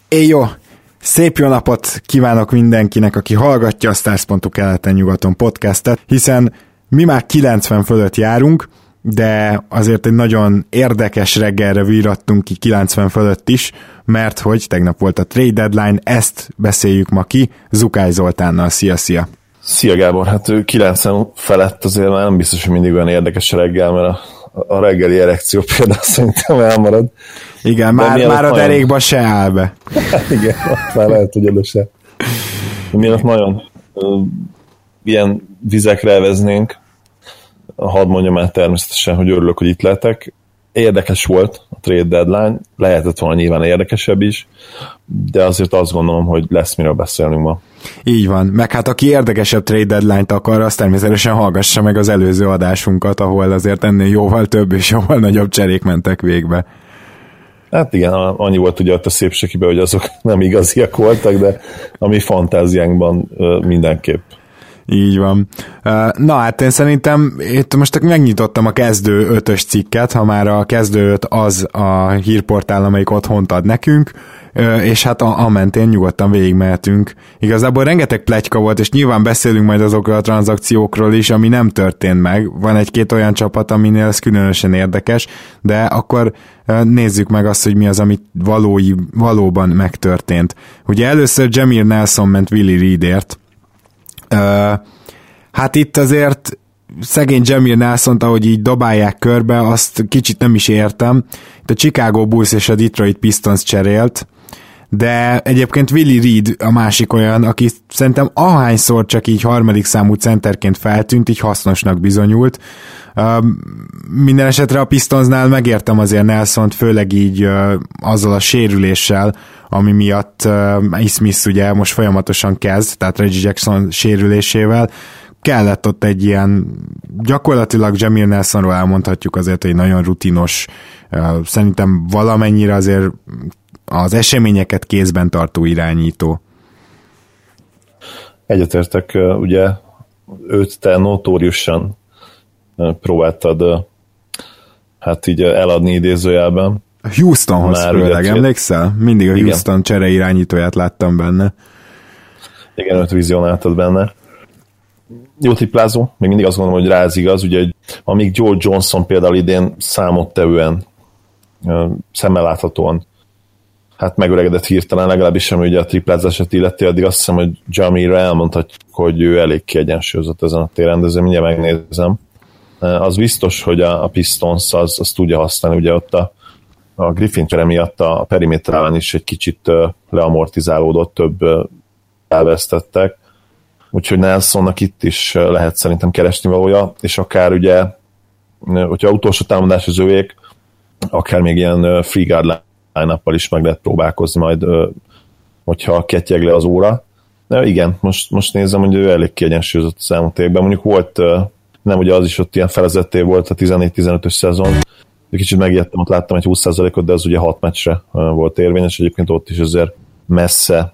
Jó, szép jó napot kívánok mindenkinek, aki hallgatja a Stars.hu keleten-nyugaton podcastet, hiszen mi már 90 fölött járunk, de azért egy nagyon érdekes reggelre virrattunk ki 90 fölött is, mert hogy tegnap volt a trade deadline, ezt beszéljük ma ki Zukály Zoltánnal. Szia! Szia Gábor, hát ő 90 felett azért már nem biztos, hogy mindig olyan érdekes a reggel, mert a reggeli erekció például szerintem elmarad. Igen, már a derékba se áll be. Igen, már lehet, hogy oda se. Mielőtt nagyon ilyen vizekre eveznénk, hadd mondjam el természetesen, hogy örülök, hogy itt lehetek. Érdekes volt a trade deadline, lehetett volna nyilván érdekesebb is, de azért azt gondolom, hogy lesz miről beszélnünk ma. Így van, meg hát aki érdekesebb trade deadline-t akar, azt természetesen hallgassa meg az előző adásunkat, ahol azért ennél jóval több és jóval nagyobb cserék mentek végbe. Hát igen, annyi volt ugye ott a szépségibe, hogy azok nem igaziak voltak, de a mi fantáziánkban mindenképp. Így van. Na hát én szerintem itt most megnyitottam a kezdő 5-ös cikket, ha már a kezdő 5 az a hírportál, amelyik otthont ad nekünk, és hát a mentén nyugodtan végigmehetünk. Igazából rengeteg pletyka volt, és nyilván beszélünk majd azokról a tranzakciókról is, ami nem történt meg. Van egy-két olyan csapat, aminél ez különösen érdekes, de akkor nézzük meg azt, hogy mi az, ami valóban megtörtént. Ugye először Jameer Nelson ment Willie Reedért. Hát itt azért szegény Jameer Nelsont, ahogy így dobálják körbe, azt kicsit nem is értem. Itt a Chicago Bulls és a Detroit Pistons cserélt, de egyébként Willie Reed a másik olyan, aki szerintem ahányszor csak így harmadik számú centerként feltűnt, így hasznosnak bizonyult. Minden esetre a Pistonsnál megértem azért Nelsont, főleg így azzal a sérüléssel, ami miatt Smith ugye most folyamatosan kezd, tehát Reggie Jackson sérülésével, kellett ott egy ilyen, gyakorlatilag Jameer Nelsonról elmondhatjuk azért, hogy nagyon rutinos, szerintem valamennyire azért az eseményeket kézben tartó irányító. Egyetértek, ugye őt te notóriusan próbáltad hát így eladni idézőjelben. Houstonhoz főleg, emlékszel? Mindig a Houston csere irányítóját láttam benne. Igen, őt vizionáltad benne. Jó tiplázó, még mindig azt gondolom, hogy rá ez igaz, ugye amíg Joe Johnson például idén számottevően szemmel láthatóan hát megöregedett hirtelen, legalábbis sem ugye a triplázását illeti, addig azt hiszem, hogy Jameerre elmondhatjuk, hogy ő elég kiegyensúlyozott ezen a téren, de ezért mindjárt megnézem. Az biztos, hogy a Pistons az tudja használni, ugye ott a Griffin csere miatt a periméterán is egy kicsit leamortizálódott, több elvesztettek, úgyhogy Nelsonnak itt is lehet szerintem keresni valója, és akár ugye, hogyha utolsó támadás az övék, akár még ilyen free guard line-uppal is meg lehet próbálkozni majd, hogyha kettyeg le az óra. De igen, most nézem, hogy ő elég kiegyensúlyozott a számotékben. Mondjuk volt, nem ugye az is ott ilyen felezetté volt a 14-15-ös szezon, kicsit megijedtem, ott láttam egy 20%-ot, de az ugye 6 meccsre volt érvényes, egyébként ott is azért messze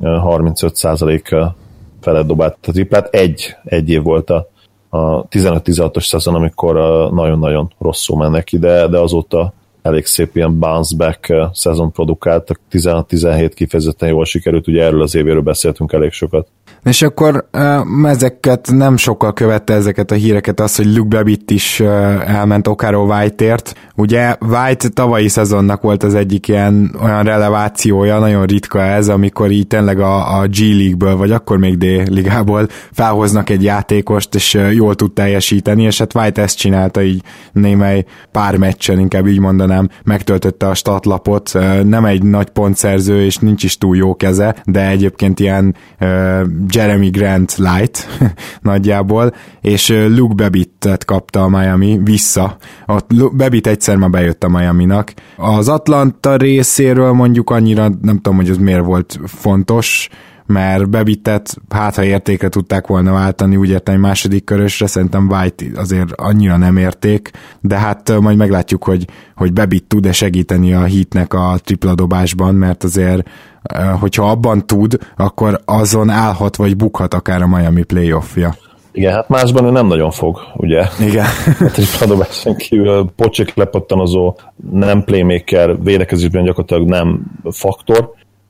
35% felett dobált a triplát. Egy év volt a 15-16-os szezon, amikor nagyon-nagyon rosszul ment neki, de azóta elég szép ilyen bounce back szezon produkáltak, 16-17 kifejezetten jól sikerült, ugye erről az évéről beszéltünk elég sokat. És akkor ezeket nem sokkal követte ezeket a híreket az, hogy Luke Babbitt is elment Okaro White-ért. Ugye White tavalyi szezonnak volt az egyik ilyen olyan relevációja, nagyon ritka ez, amikor így tényleg a G League-ből, vagy akkor még D-ligából felhoznak egy játékost, és jól tud teljesíteni, és hát White ezt csinálta így némely pár meccsen, inkább így mondanám, megtöltötte a statlapot, nem egy nagy pontszerző, és nincs is túl jó keze, de egyébként ilyen Jeremy Grant light nagyjából, és Luke Babbitt kapta a Miami vissza. Babbitt egyszer már bejött a Miaminak. Az Atlanta részéről mondjuk annyira nem tudom, hogy ez miért volt fontos, mert Babittet hát ha értékre tudták volna váltani, úgy értem, egy második körösre, szerintem White azért annyira nem érték, de hát majd meglátjuk, hogy Babbitt tud-e segíteni a Heatnek a tripladobásban, mert azért hogyha abban tud, akkor azon állhat vagy bukhat akár a Miami playoffja. Igen, hát másban ő nem nagyon fog, ugye? Igen. A tripladobáson kívül pocsék lepattanozó, nem playmaker, védekezésben gyakorlatilag nem faktor.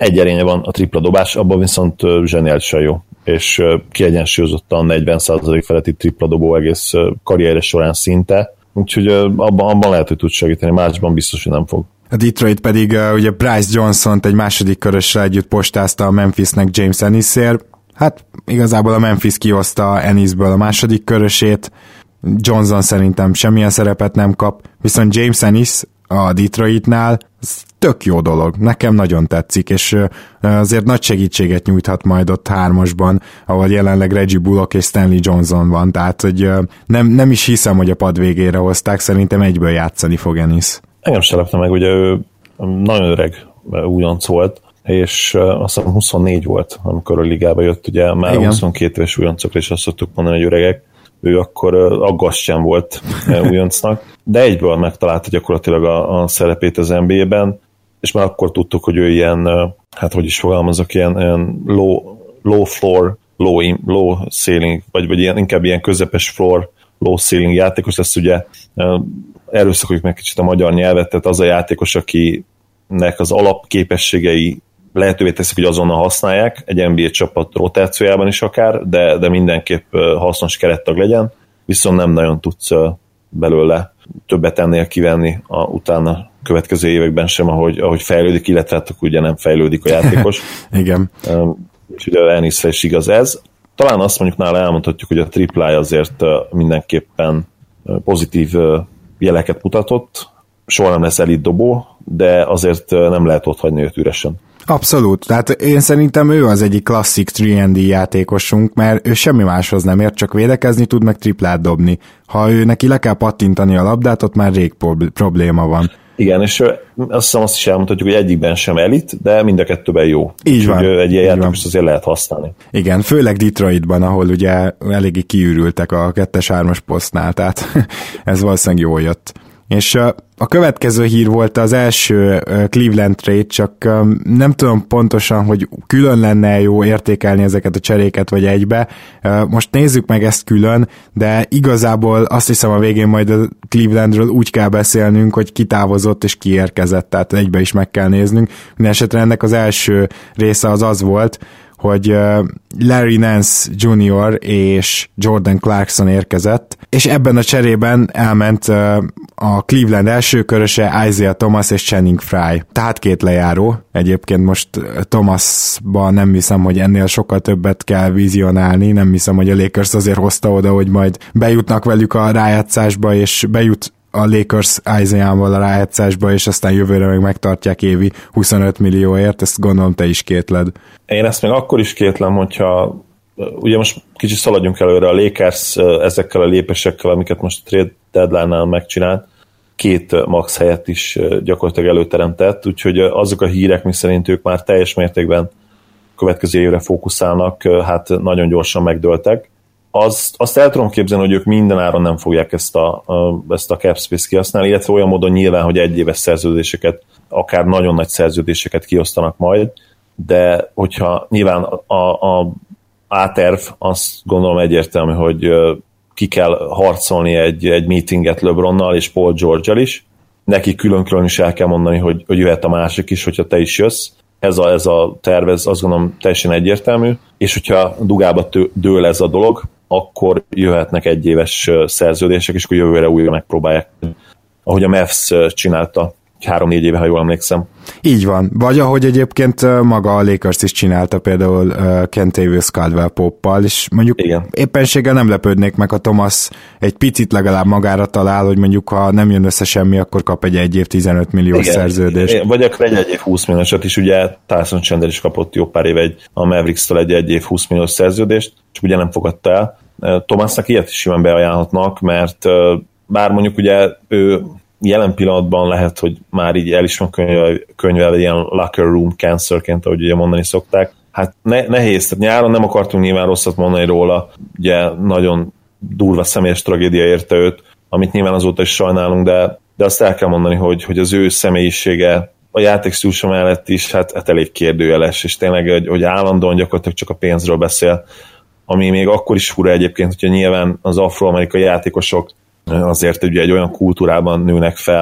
egy erénye van, a tripla dobás, abban viszont zseniálisan jó, és kiegyensúlyozottan 40% feletti tripla dobó egész karrierje során szinte, úgyhogy abban lehet, hogy tud segíteni, másban biztos, hogy nem fog. A Detroit pedig ugye Bryce Johnson-t egy második körössel együtt postázta a Memphisnek James Ennisért. Hát igazából a Memphis kihozta Ennisből a második körösét, Johnson szerintem semmilyen szerepet nem kap, viszont James Ennis a Detroitnál tök jó dolog, nekem nagyon tetszik, és azért nagy segítséget nyújthat majd ott hármasban, ahol jelenleg Reggie Bullock és Stanley Johnson van, tehát hogy nem is hiszem, hogy a pad végére hozták, szerintem egyből játszani fog Ennis. Engem se lepte meg, ugye ő nagyon öreg újonc volt, és azt hiszem 24 volt, amikor a ligába jött, ugye már 22 éves újoncokra is azt szoktuk mondani, hogy öregek, ő akkor aggaszt sem volt újoncnak, de egyből megtalálta gyakorlatilag a szerepét az NBA-ben, és már akkor tudtuk, hogy ő ilyen, hát hogy is fogalmazok, ilyen low floor, low ceiling, vagy inkább ilyen közepes floor, low ceiling játékos lesz, ugye erőszakoljuk meg kicsit a magyar nyelvet, tehát az a játékos, akinek az alapképességei lehetővé teszik, hogy azonnal használják, egy NBA csapat rotációjában is akár, de mindenképp hasznos kerettag legyen, viszont nem nagyon tudsz belőle többet ennél kivenni utána következő években sem, ahogy fejlődik, illetve hát ugye nem fejlődik a játékos. Igen. Úgyhogy Ennisre is igaz ez. Talán azt mondjuk nála elmondhatjuk, hogy a triplája azért mindenképpen pozitív jeleket mutatott, soha nem lesz elit dobó, de azért nem lehet ott hagyni őt üresen. Abszolút, tehát én szerintem ő az egyik klasszik 3&D játékosunk, mert ő semmi máshoz nem ért, csak védekezni tud, meg triplát dobni. Ha ő neki le kell pattintani a labdát, ott már rég probléma van. Igen, és azt hiszem azt is elmondhatjuk, hogy egyikben sem elit, de mind a kettőben jó. Így van. Egy ilyen játékost azért lehet használni. Igen, főleg Detroitban, ahol ugye eléggé kiürültek a 2-3-as posztnál, tehát ez valószínűleg jól jött. És a következő hír volt az első Cleveland trade, csak nem tudom pontosan, hogy külön lenne jó értékelni ezeket a cseréket, vagy egybe. Most nézzük meg ezt külön, de igazából azt hiszem a végén majd a Clevelandről úgy kell beszélnünk, hogy ki távozott és ki érkezett, tehát egybe is meg kell néznünk. Mindenesetre ennek az első része az volt, hogy Larry Nance Jr. és Jordan Clarkson érkezett, és ebben a cserében elment a Cleveland első köröse Isaiah Thomas és Channing Frye. Tehát két lejáró. Egyébként most Thomasban nem hiszem, hogy ennél sokkal többet kell vizionálni, nem hiszem, hogy a Lakers azért hozta oda, hogy majd bejutnak velük a rájátszásba, és bejut a Lakers Isaiah-val a rájátszásba, és aztán jövőre meg megtartják évi 25 millióért, ezt gondolom te is kétled. Én ezt még akkor is kétlem, hogyha ugye most kicsit szaladjunk előre, a Lakers ezekkel a lépésekkel, amiket most a trade deadline-nál megcsinált, 2 max helyet is gyakorlatilag előteremtett, úgyhogy azok a hírek, miszerint ők már teljes mértékben következő évre fókuszálnak, hát nagyon gyorsan megdőltek. Azt el tudom képzelni, hogy ők mindenáron nem fogják ezt a cap space kihasználni, illetve olyan módon nyilván, hogy egyéves szerződéseket, akár nagyon nagy szerződéseket kiosztanak majd, de hogyha nyilván a A-terv, azt gondolom egyértelmű, hogy ki kell harcolni egy meetinget LeBronnal és Paul George-al is, neki külön-külön is el kell mondani, hogy jöhet a másik is, hogyha te is jössz. Ez a terv, ez azt gondolom teljesen egyértelmű, és hogyha dugába dől ez a dolog, akkor jöhetnek egyéves szerződések, és akkor jövőre újra megpróbálják, ahogy a Mavs csinálta 3-4 éve, ha jól emlékszem. Így van. Vagy ahogy egyébként maga a Lakers is csinálta például Kentavious Caldwell-Poppal, és mondjuk igen. Éppenséggel nem lepődnék meg, ha Thomas egy picit legalább magára talál, hogy mondjuk ha nem jön össze semmi, akkor kap egy év 15 milliós szerződést. Vagy akár egy év 20 milliósat is, ugye Tyson Chandler is kapott jó pár éve a Mavericks-től egy év 20 milliós szerződést, csak ugye nem fogadta el. Thomasnak ilyet is simán beajánlhatnak, mert bár mondjuk ugye ő jelen pillanatban lehet, hogy már így el is van könyvelve ilyen locker room cancerként, ahogy ugye mondani szokták. Hát nehéz, tehát nyáron nem akartunk nyilván rosszat mondani róla, ugye nagyon durva személyes tragédia érte őt, amit nyilván azóta is sajnálunk, de azt el kell mondani, hogy az ő személyisége a játékstílusa mellett is hát elég kérdőjeles, és tényleg, hogy állandóan gyakorlatilag csak a pénzről beszél, ami még akkor is fura egyébként, hogyha nyilván az afroamerikai játékosok azért ugye egy olyan kultúrában nőnek fel,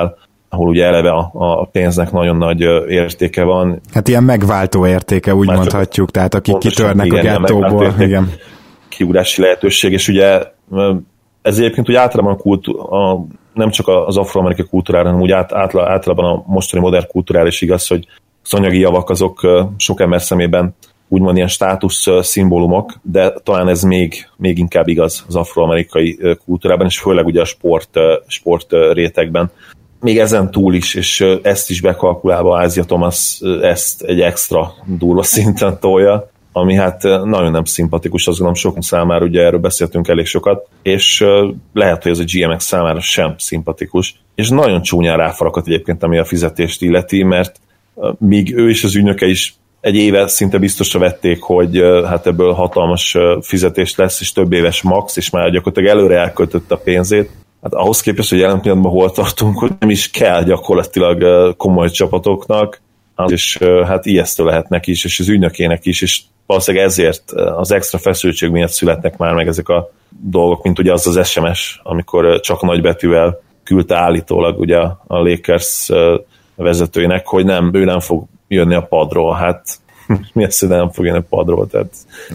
ahol ugye eleve a pénznek nagyon nagy értéke van. Hát ilyen megváltó értéke, úgy mondhatjuk, tehát akik kitörnek a gettóból. Igen. Kiugrási lehetőség, és ugye ez egyébként úgy általában nem csak az afroamerikai kultúrára, hanem úgy általában a mostani modern kultúrára is igaz, hogy az anyagi javak azok sok ember szemében úgymond ilyen státusz szimbólumok, de talán ez még inkább igaz az afroamerikai kultúrában, és főleg ugye a sport rétegben. Még ezen túl is, és ezt is bekalkulálva Ázia Thomas ezt egy extra durva szinten tolja, ami hát nagyon nem szimpatikus, azt gondolom sokunk számára, ugye erről beszéltünk elég sokat, és lehet, hogy ez a GMX számára sem szimpatikus, és nagyon csúnyán ráfarakat egyébként, ami a fizetést illeti, mert míg ő és az ügynöke is egy éve szinte biztosra vették, hogy hát ebből hatalmas fizetés lesz, és több éves max, és már gyakorlatilag előre elköltötte a pénzét. Hát ahhoz képest, hogy jelen pillanatban hol tartunk, hogy nem is kell gyakorlatilag komoly csapatoknak, és hát ijesztő lehet neki is, és az ügynökének is, és valószínűleg ezért az extra feszültség miatt születnek már meg ezek a dolgok, mint ugye az SMS, amikor csak nagybetűvel küldte állítólag ugye a Lakers vezetőinek, hogy ő nem fog jönni a padról. Hát mi az, hogy nem fog jönni a padról? Tehát,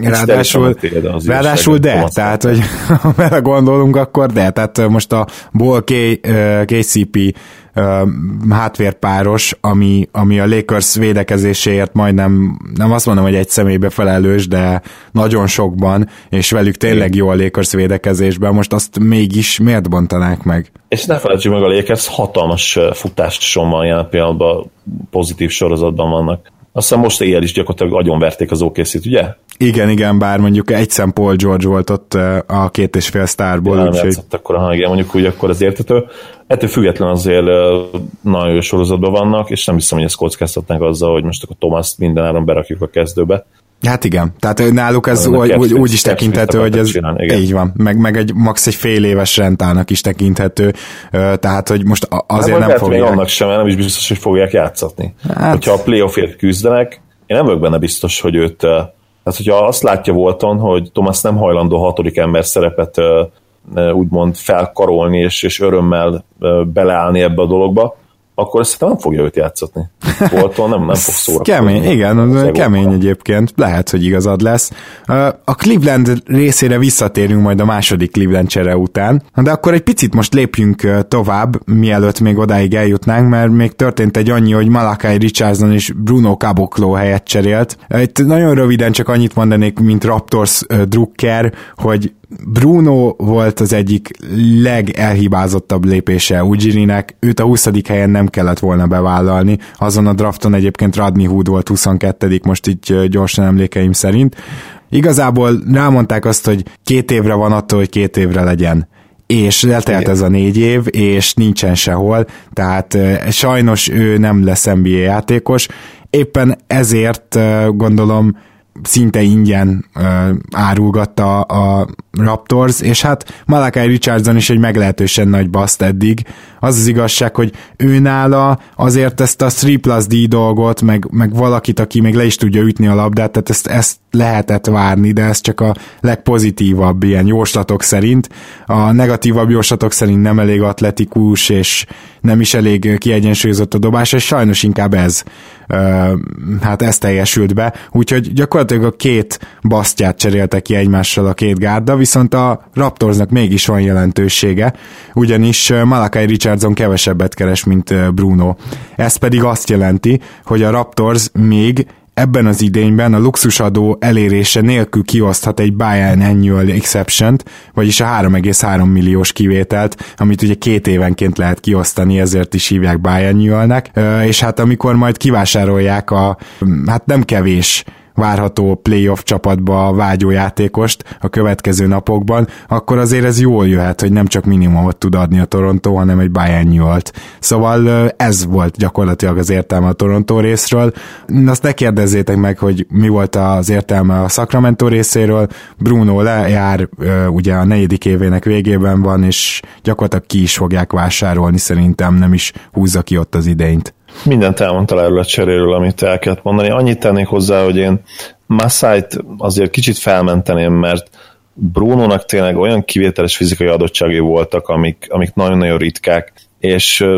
ráadásul de, tehát, hogy ha gondolunk, akkor de, tehát most a Ball KCP hátvérpáros, ami a Lakers védekezéséért majdnem, nem azt mondom, hogy egy személybe felelős, de nagyon sokban, és velük tényleg jó a Lakers védekezésben, most azt mégis miért bontanák meg? És ne felejtsük meg, a Lakers hatalmas futáson van jelen pillanatban, pozitív sorozatban vannak. Azt hiszem most éjjel is gyakorlatilag agyonverték az OKC-t, ugye? Igen, bár mondjuk egy szem Paul George volt ott a 2,5 sztárból. Nem játszott akkor, igen, mondjuk úgy akkor az értető. Ettől független azért nagyon jó sorozatban vannak, és nem hiszem, hogy ezt kockáztatnánk azzal, hogy most akkor Thomas-t mindenáron berakjuk a kezdőbe. Hát igen, tehát náluk ez úgy is tekinthető, hogy ez így van, meg max egy fél éves rentának is tekinthető, tehát hogy most azért nem fogják. Még annak sem, nem is biztos, hogy fogják játszatni. Hát. Hogyha a playoffért küzdenek, én nem vagyok benne biztos, hogy őt, tehát hogyha azt látja Walton, hogy Thomas nem hajlandó hatodik ember szerepet úgymond felkarolni, és örömmel beleállni ebbe a dologba, akkor szerintem nem fogja őt játszatni. Voltól nem fog szórakozni. Kemény, igen, kemény egyébként. Lehet, hogy igazad lesz. A Cleveland részére visszatérünk majd a második Cleveland csere után, de akkor egy picit most lépjünk tovább, mielőtt még odáig eljutnánk, mert még történt egy annyi, hogy Malachi Richardson és Bruno Caboclo helyet cserélt. Itt nagyon röviden csak annyit mondanék, mint Raptors drukker, hogy Bruno volt az egyik legelhibázottabb lépése Ujirinek, őt a 20. helyen nem kellett volna bevállalni, azon a drafton egyébként Rodney Hood volt 22. most így gyorsan emlékeim szerint. Igazából rámondták azt, hogy 2 évre van attól, hogy 2 évre legyen. És letelt ez a 4 év, és nincsen sehol, tehát sajnos ő nem lesz NBA játékos, éppen ezért gondolom szinte ingyen árulgatta a Raptors, és hát Malachi Richardson is egy meglehetősen nagy baszt eddig. Az igazság, hogy ő nála azért ezt a 3+D dolgot, meg valakit, aki még le is tudja ütni a labdát, tehát ezt lehetett várni, de ez csak a legpozitívabb ilyen jóslatok szerint. A negatívabb jóslatok szerint nem elég atletikus, és nem is elég kiegyensúlyozott a dobás, és sajnos inkább ez teljesült be. Úgyhogy gyakorlatilag a 2 basztját cserélte ki egymással a 2 gárda, viszont a Raptorsnak mégis van jelentősége, ugyanis Malachi Richardson kevesebbet keres, mint Bruno. Ez pedig azt jelenti, hogy a Raptors még ebben az idényben a luxusadó elérése nélkül kioszthat egy biannual exception-t, vagyis a 3,3 milliós kivételt, amit ugye 2 évenként lehet kiosztani, ezért is hívják biannualnek, és hát amikor majd kivásárolják hát nem kevés várható playoff csapatba vágyó játékost a következő napokban, akkor azért ez jól jöhet, hogy nem csak minimumot tud adni a Toronto, hanem egy biannualt. Szóval ez volt gyakorlatilag az értelme a Toronto részről. Azt ne kérdezzétek meg, hogy mi volt az értelme a Sacramento részéről. Bruno lejár, ugye a 4. évének végében van, és gyakorlatilag ki is fogják vásárolni, szerintem nem is húzza ki ott az idényt. Mindent elmondtál erről a cseréről, amit el kellett mondani. Annyit tennék hozzá, hogy én Masait azért kicsit felmenteném, mert Brunónak tényleg olyan kivételes fizikai adottságai voltak, amik nagyon-nagyon ritkák, és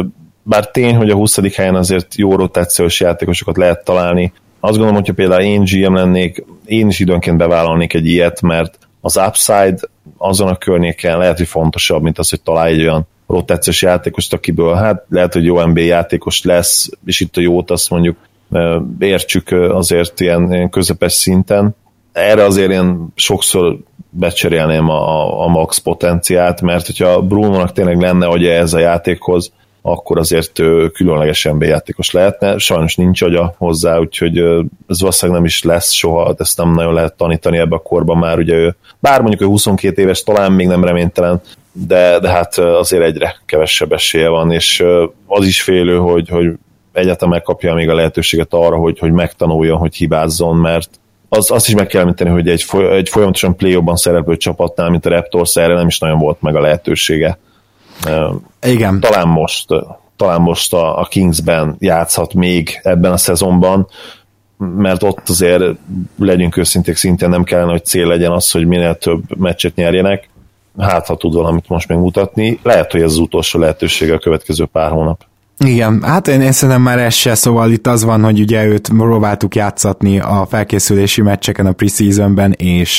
bár tény, hogy a 20. helyen azért jó rotációs játékosokat lehet találni. Azt gondolom, hogyha például én GM lennék, én is időnként bevállalnék egy ilyet, mert az upside azon a környéken lehet, hogy fontosabb, mint az, hogy találj egy olyan rotációs játékost, akiből hát lehet, hogy jó NBA játékos lesz, és itt a jót azt mondjuk értsük azért ilyen közepes szinten. Erre azért én sokszor becserélném a max potenciált, mert hogyha Brunónak tényleg lenne agya ez a játékhoz, akkor azért különleges NBA játékos lehetne. Sajnos nincs agya hozzá, úgyhogy ez valószínűleg nem is lesz soha, ezt nem nagyon lehet tanítani ebbe a korban már. Ugye ő, bár mondjuk ő 22 éves, talán még nem reménytelen, de hát azért egyre kevesebb esélye van, és az is félő, hogy egyáltalán megkapja még a lehetőséget arra, hogy megtanuljon, hogy hibázzon, mert azt is meg kell említeni, hogy egy folyamatosan play-offban szereplő csapatnál, mint a Raptors, erre nem is nagyon volt meg a lehetősége. Igen. Talán most a Kingsben játszhat még ebben a szezonban, mert ott azért legyünk őszinték, szintén nem kellene, hogy cél legyen az, hogy minél több meccset nyerjenek. Hát, ha tud valamit most még mutatni, lehet, hogy ez az utolsó lehetősége a következő pár hónap. Igen, hát én szerintem már ez se, szóval itt az van, hogy ugye őt próbáltuk játszatni a felkészülési meccseken a preseasonben,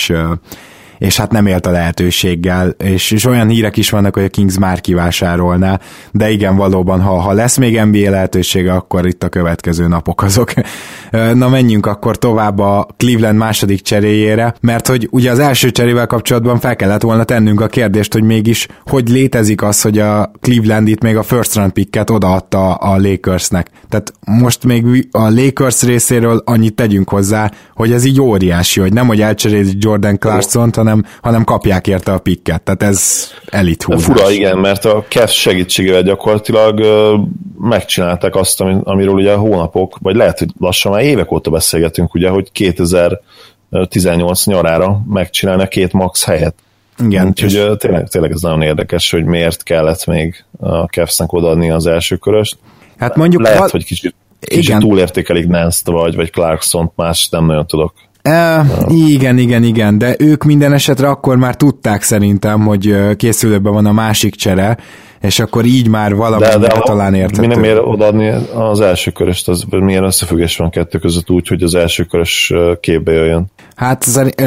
és hát nem élt a lehetőséggel, és olyan hírek is vannak, hogy a Kings már kivásárolná, de igen, valóban, ha lesz még NBA lehetősége, akkor itt a következő napok azok. Na menjünk akkor tovább a Cleveland második cseréjére, mert hogy ugye az első cserével kapcsolatban fel kellett volna tennünk a kérdést, hogy mégis hogy létezik az, hogy a Cleveland itt még a first round picket odaadta a Lakersnek. Tehát most még a Lakers részéről annyit tegyünk hozzá, hogy ez így óriási, hogy nem, hogy elcserélik Jordan Clarksont, hanem kapják érte a picket. Tehát ez elit húzás. Fura, igen, mert a Cavs segítségével gyakorlatilag megcsinálták azt, amiről ugye hónapok, vagy lehet, hogy lassan már évek óta beszélgetünk, ugye, hogy 2018 nyarára megcsinálni a 2 max helyet. Igen. Úgyhogy tényleg ez nagyon érdekes, hogy miért kellett még a Cavsnek odaadni az első köröst. Hát mondjuk lehet, hogy kicsit túlértékelik Nance-t vagy Clarksont, más nem nagyon tudok. Igen, de ők minden esetre akkor már tudták szerintem, hogy készülőben van a másik csere, és akkor így már valamennyire talán érthető. Mi nem ér odaadni az első köröst, az milyen összefüggés van kettő között úgy, hogy az első körös képbe jöjjön? Hát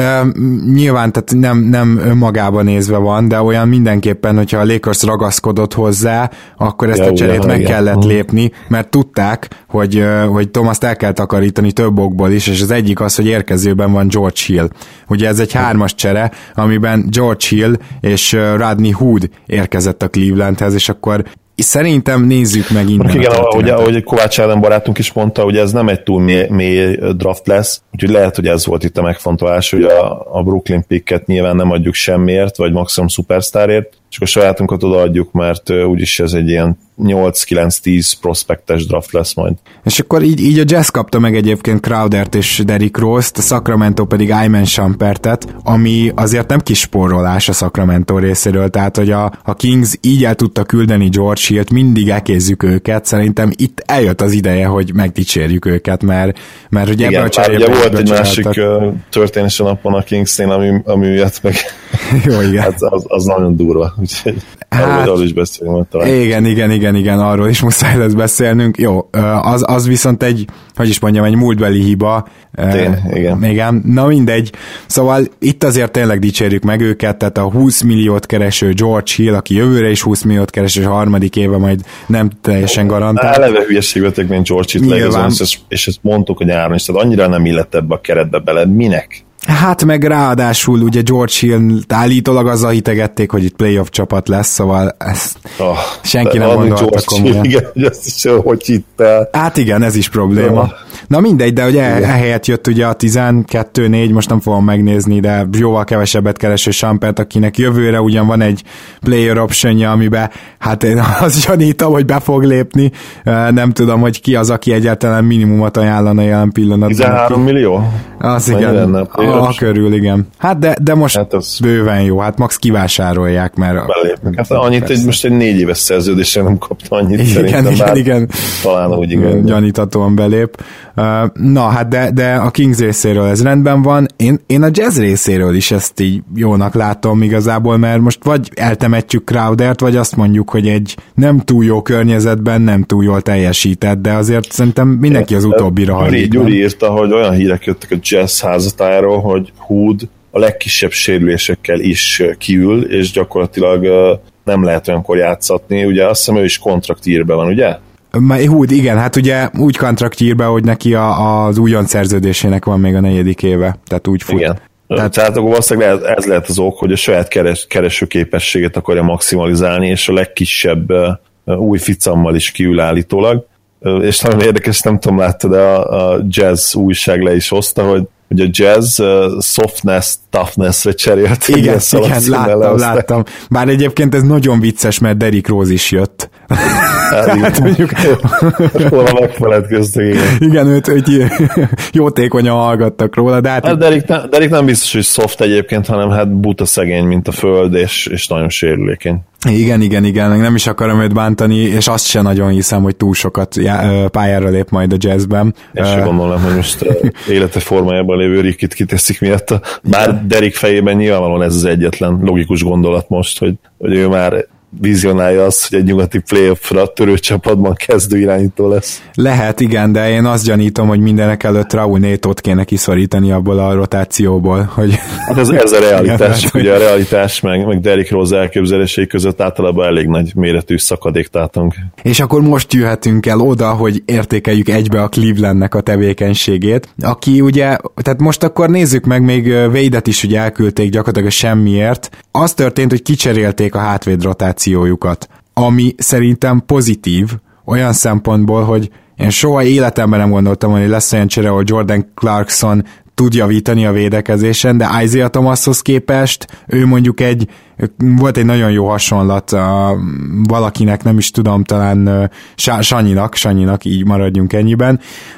nyilván tehát nem önmagában nézve van, de olyan mindenképpen, hogyha a Lakers ragaszkodott hozzá, akkor ezt a cserét meg kellett lépni, mert tudták, hogy Thomast el kell takarítani több okból is, és az egyik az, hogy érkezőben van George Hill. Ugye ez egy 3-as csere, amiben George Hill és Rodney Hood érkezett a Clevelandhez, és akkor szerintem nézzük meg innen. Igen, ahogy Kovács Ádám barátunk is mondta, hogy ez nem egy túl mély draft lesz, úgyhogy lehet, hogy ez volt itt a megfontolás, hogy a Brooklyn picket nyilván nem adjuk semmiért, vagy maximum szupersztárért, csak a sajátunkat odaadjuk, mert úgyis ez egy ilyen 8-9-10 prospektes draft lesz majd. És akkor így a Jazz kapta meg egyébként Crowdert és Derrick Rose-t, a Sacramento pedig Iman Shumpertet, ami azért nem kis spórolás a Sacramento részéről, tehát hogy a Kings így el tudta küldeni George Hill-t, mindig ekézzük őket, szerintem itt eljött az ideje, hogy megdicsérjük őket, mert ugye ebben a cserében ugye volt egy másik történés a napon a Kingsnél, ami miatt meg jó, igen. Hát az nagyon durva, úgyhogy arról is beszélünk talán. Igen, arról is muszáj lesz beszélnünk. Jó, az viszont egy múltbeli hiba. Igen. Na mindegy. Szóval itt azért tényleg dicsérjük meg őket, tehát a 20 milliót kereső George Hill, aki jövőre is 20 milliót keres, és a harmadik éve majd nem teljesen garantál. Eleve hülyeség vettek, mint George Hill, és ezt mondtuk, hogy áron is, tehát annyira nem illett ebbe a keretbe bele. Minek? Hát meg ráadásul ugye George Hill állítólag azzal hitegették, hogy itt playoff csapat lesz, szóval ezt senki nem gondolta komolyan. Igen, hogy ezt is hogy hitt el. Hát igen, ez is probléma. Na mindegy, de ugye ehelyett jött ugye a 12-4, most nem fogom megnézni, de jóval kevesebbet kereső Shumpert, akinek jövőre ugyan van egy player optionja, amiben hát én azt gyanítom, hogy be fog lépni. Nem tudom, hogy ki az, aki egyáltalán minimumot ajánlana jelen pillanatban. 13 millió? Az igen. Körül, igen. Hát de most bőven jó, hát max kivásárolják, mert... Belépnek. Hát annyit, most egy 4 éves szerződésre nem kapta annyit, igen. Talán úgy, igen. Gyaníthatóan belép. Na, hát de a Kings részéről ez rendben van. Én a Jazz részéről is ezt így jónak látom igazából, mert most vagy eltemetjük Crowdert, vagy azt mondjuk, hogy egy nem túl jó környezetben nem túl jól teljesített, de azért szerintem mindenki az utóbbira hajlik. Gyuri írta, hogy olyan hírek jöttek a Jazz házatáról, hogy Hood a legkisebb sérülésekkel is kiül, és gyakorlatilag nem lehet olyankor játszatni. Ugye azt hiszem, ő is kontraktírben van, ugye? Hood, igen, hát ugye úgy kontraktír be, hogy neki az újonc szerződésének van még a 4. éve, tehát úgy fut. Igen. Tehát akkor valószínűleg ez lehet az ok, hogy a saját keresőképességet akarja maximalizálni, és a legkisebb új ficammal is kiül állítólag. És nagyon érdekes, nem tudom, láttad, de a Jazz újság le is hozta, hogy a Jazz softness, toughness-re cserélt. Igen, láttam. Bár egyébként ez nagyon vicces, mert Derrick Rose is jött. Hát mondjuk róla megfeledkeztek, igen. Igen, őt jótékonyan hallgattak róla, de hát Derrick nem biztos, hogy soft egyébként, hanem hát buta szegény, mint a föld, és nagyon sérülékeny. Igen, nem is akarom őt bántani, és azt sem nagyon hiszem, hogy túl sokat pályára lép majd a Jazzben. Én sem gondolom, hogy most élete formájában lévő Rickit kiteszik miatta. Bár Derrick fejében nyilvánvalóan ez az egyetlen logikus gondolat most, hogy ő már vizionálja azt, hogy egy nyugati playoffra törő csapatban kezdő irányító lesz. Lehet, igen, de én azt gyanítom, hogy mindenek előtt Raúl Nétót kéne kiszorítani abból a rotációból. Hogy... Hát ez a realitás. Igen, ugye a realitás meg Derrick Rose elképzelései között általában elég nagy méretű szakadék tátunk. És akkor most jöhetünk el oda, hogy értékeljük egybe a Clevelandnek a tevékenységét, aki ugye, tehát most akkor nézzük meg, még Wade-et is ugye elküldték gyakorlatilag semmiért. Az történt, hogy kicserélték a hátvéd rotációjukat, ami szerintem pozitív, olyan szempontból, hogy én soha életemben nem gondoltam, hogy lesz olyan csere, hogy Jordan Clarkson tud javítani a védekezésen, de Isaiah Thomashoz képest ő mondjuk volt egy nagyon jó hasonlat valakinek, nem is tudom, talán Sanyinak, így maradjunk ennyiben,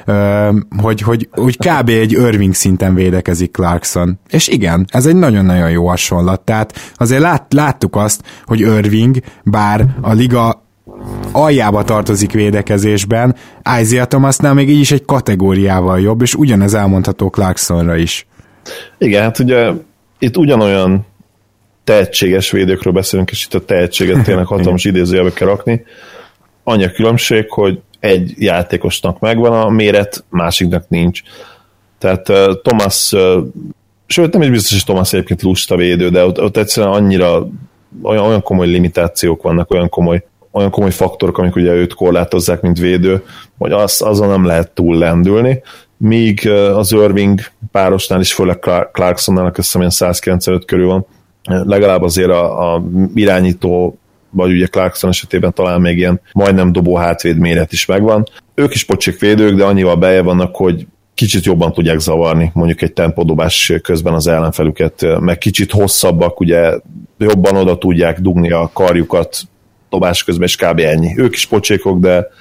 hogy kb. Egy Irving szinten védekezik Clarkson. És igen, ez egy nagyon-nagyon jó hasonlat. Tehát azért láttuk azt, hogy Irving, bár a liga aljába tartozik védekezésben, Isaiah Thomasnál még így is egy kategóriával jobb, és ugyanez elmondható Clarksonra is. Igen, hát ugye itt ugyanolyan tehetséges védőkről beszélünk, és itt a tehetséget tényleg hatalmas idézőjelbe kell rakni. Annyi a különbség, hogy egy játékosnak megvan a méret, másiknak nincs. Tehát Thomas, sőt nem is biztos, hogy Thomas egyébként lusta védő, de ott egyszerűen annyira olyan komoly limitációk vannak, olyan komoly faktorok, amik ugye őt korlátozzák, mint védő, hogy azon nem lehet túl lendülni, míg az Irving párosnál is, főleg Clarksonnál, azt hiszem, 195 körül van, legalább azért a irányító, vagy ugye Clarkson esetében talán még ilyen majdnem dobó hátvéd méret is megvan. Ők is pocsék védők, de annyival beljebb vannak, hogy kicsit jobban tudják zavarni mondjuk egy tempódobás közben az ellenfelüket, meg kicsit hosszabbak, ugye jobban oda tudják dugni a karjukat dobás közben, és kb. Ennyi. Ők is pocsékok,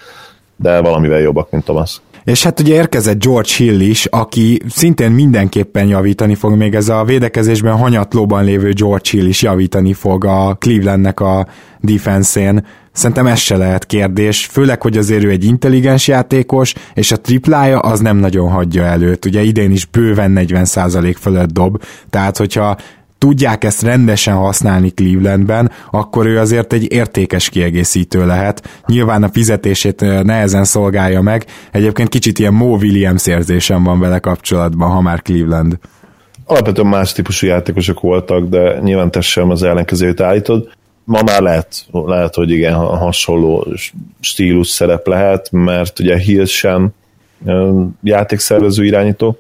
de valamivel jobbak, mint Thomas. És hát ugye érkezett George Hill is, aki szintén mindenképpen javítani fog, még ez a védekezésben hanyatlóban lévő George Hill is javítani fog a Clevelandnek a defense-én. Szerintem ez se lehet kérdés, főleg, hogy azért ő egy intelligens játékos, és a triplája az nem nagyon hagyja előtt. Ugye idén is bőven 40% fölött dob, tehát hogyha tudják ezt rendesen használni Clevelandben, akkor ő azért egy értékes kiegészítő lehet. Nyilván a fizetését nehezen szolgálja meg. Egyébként kicsit ilyen Mo Williams érzésem van vele kapcsolatban, ha már Cleveland. Alapvetően más típusú játékosok voltak, de nyilván te sem az ellenkezőjét állítod. Ma már lehet, hogy igen, hasonló stílus szerep lehet, mert ugye Hill sem játékszervező irányító,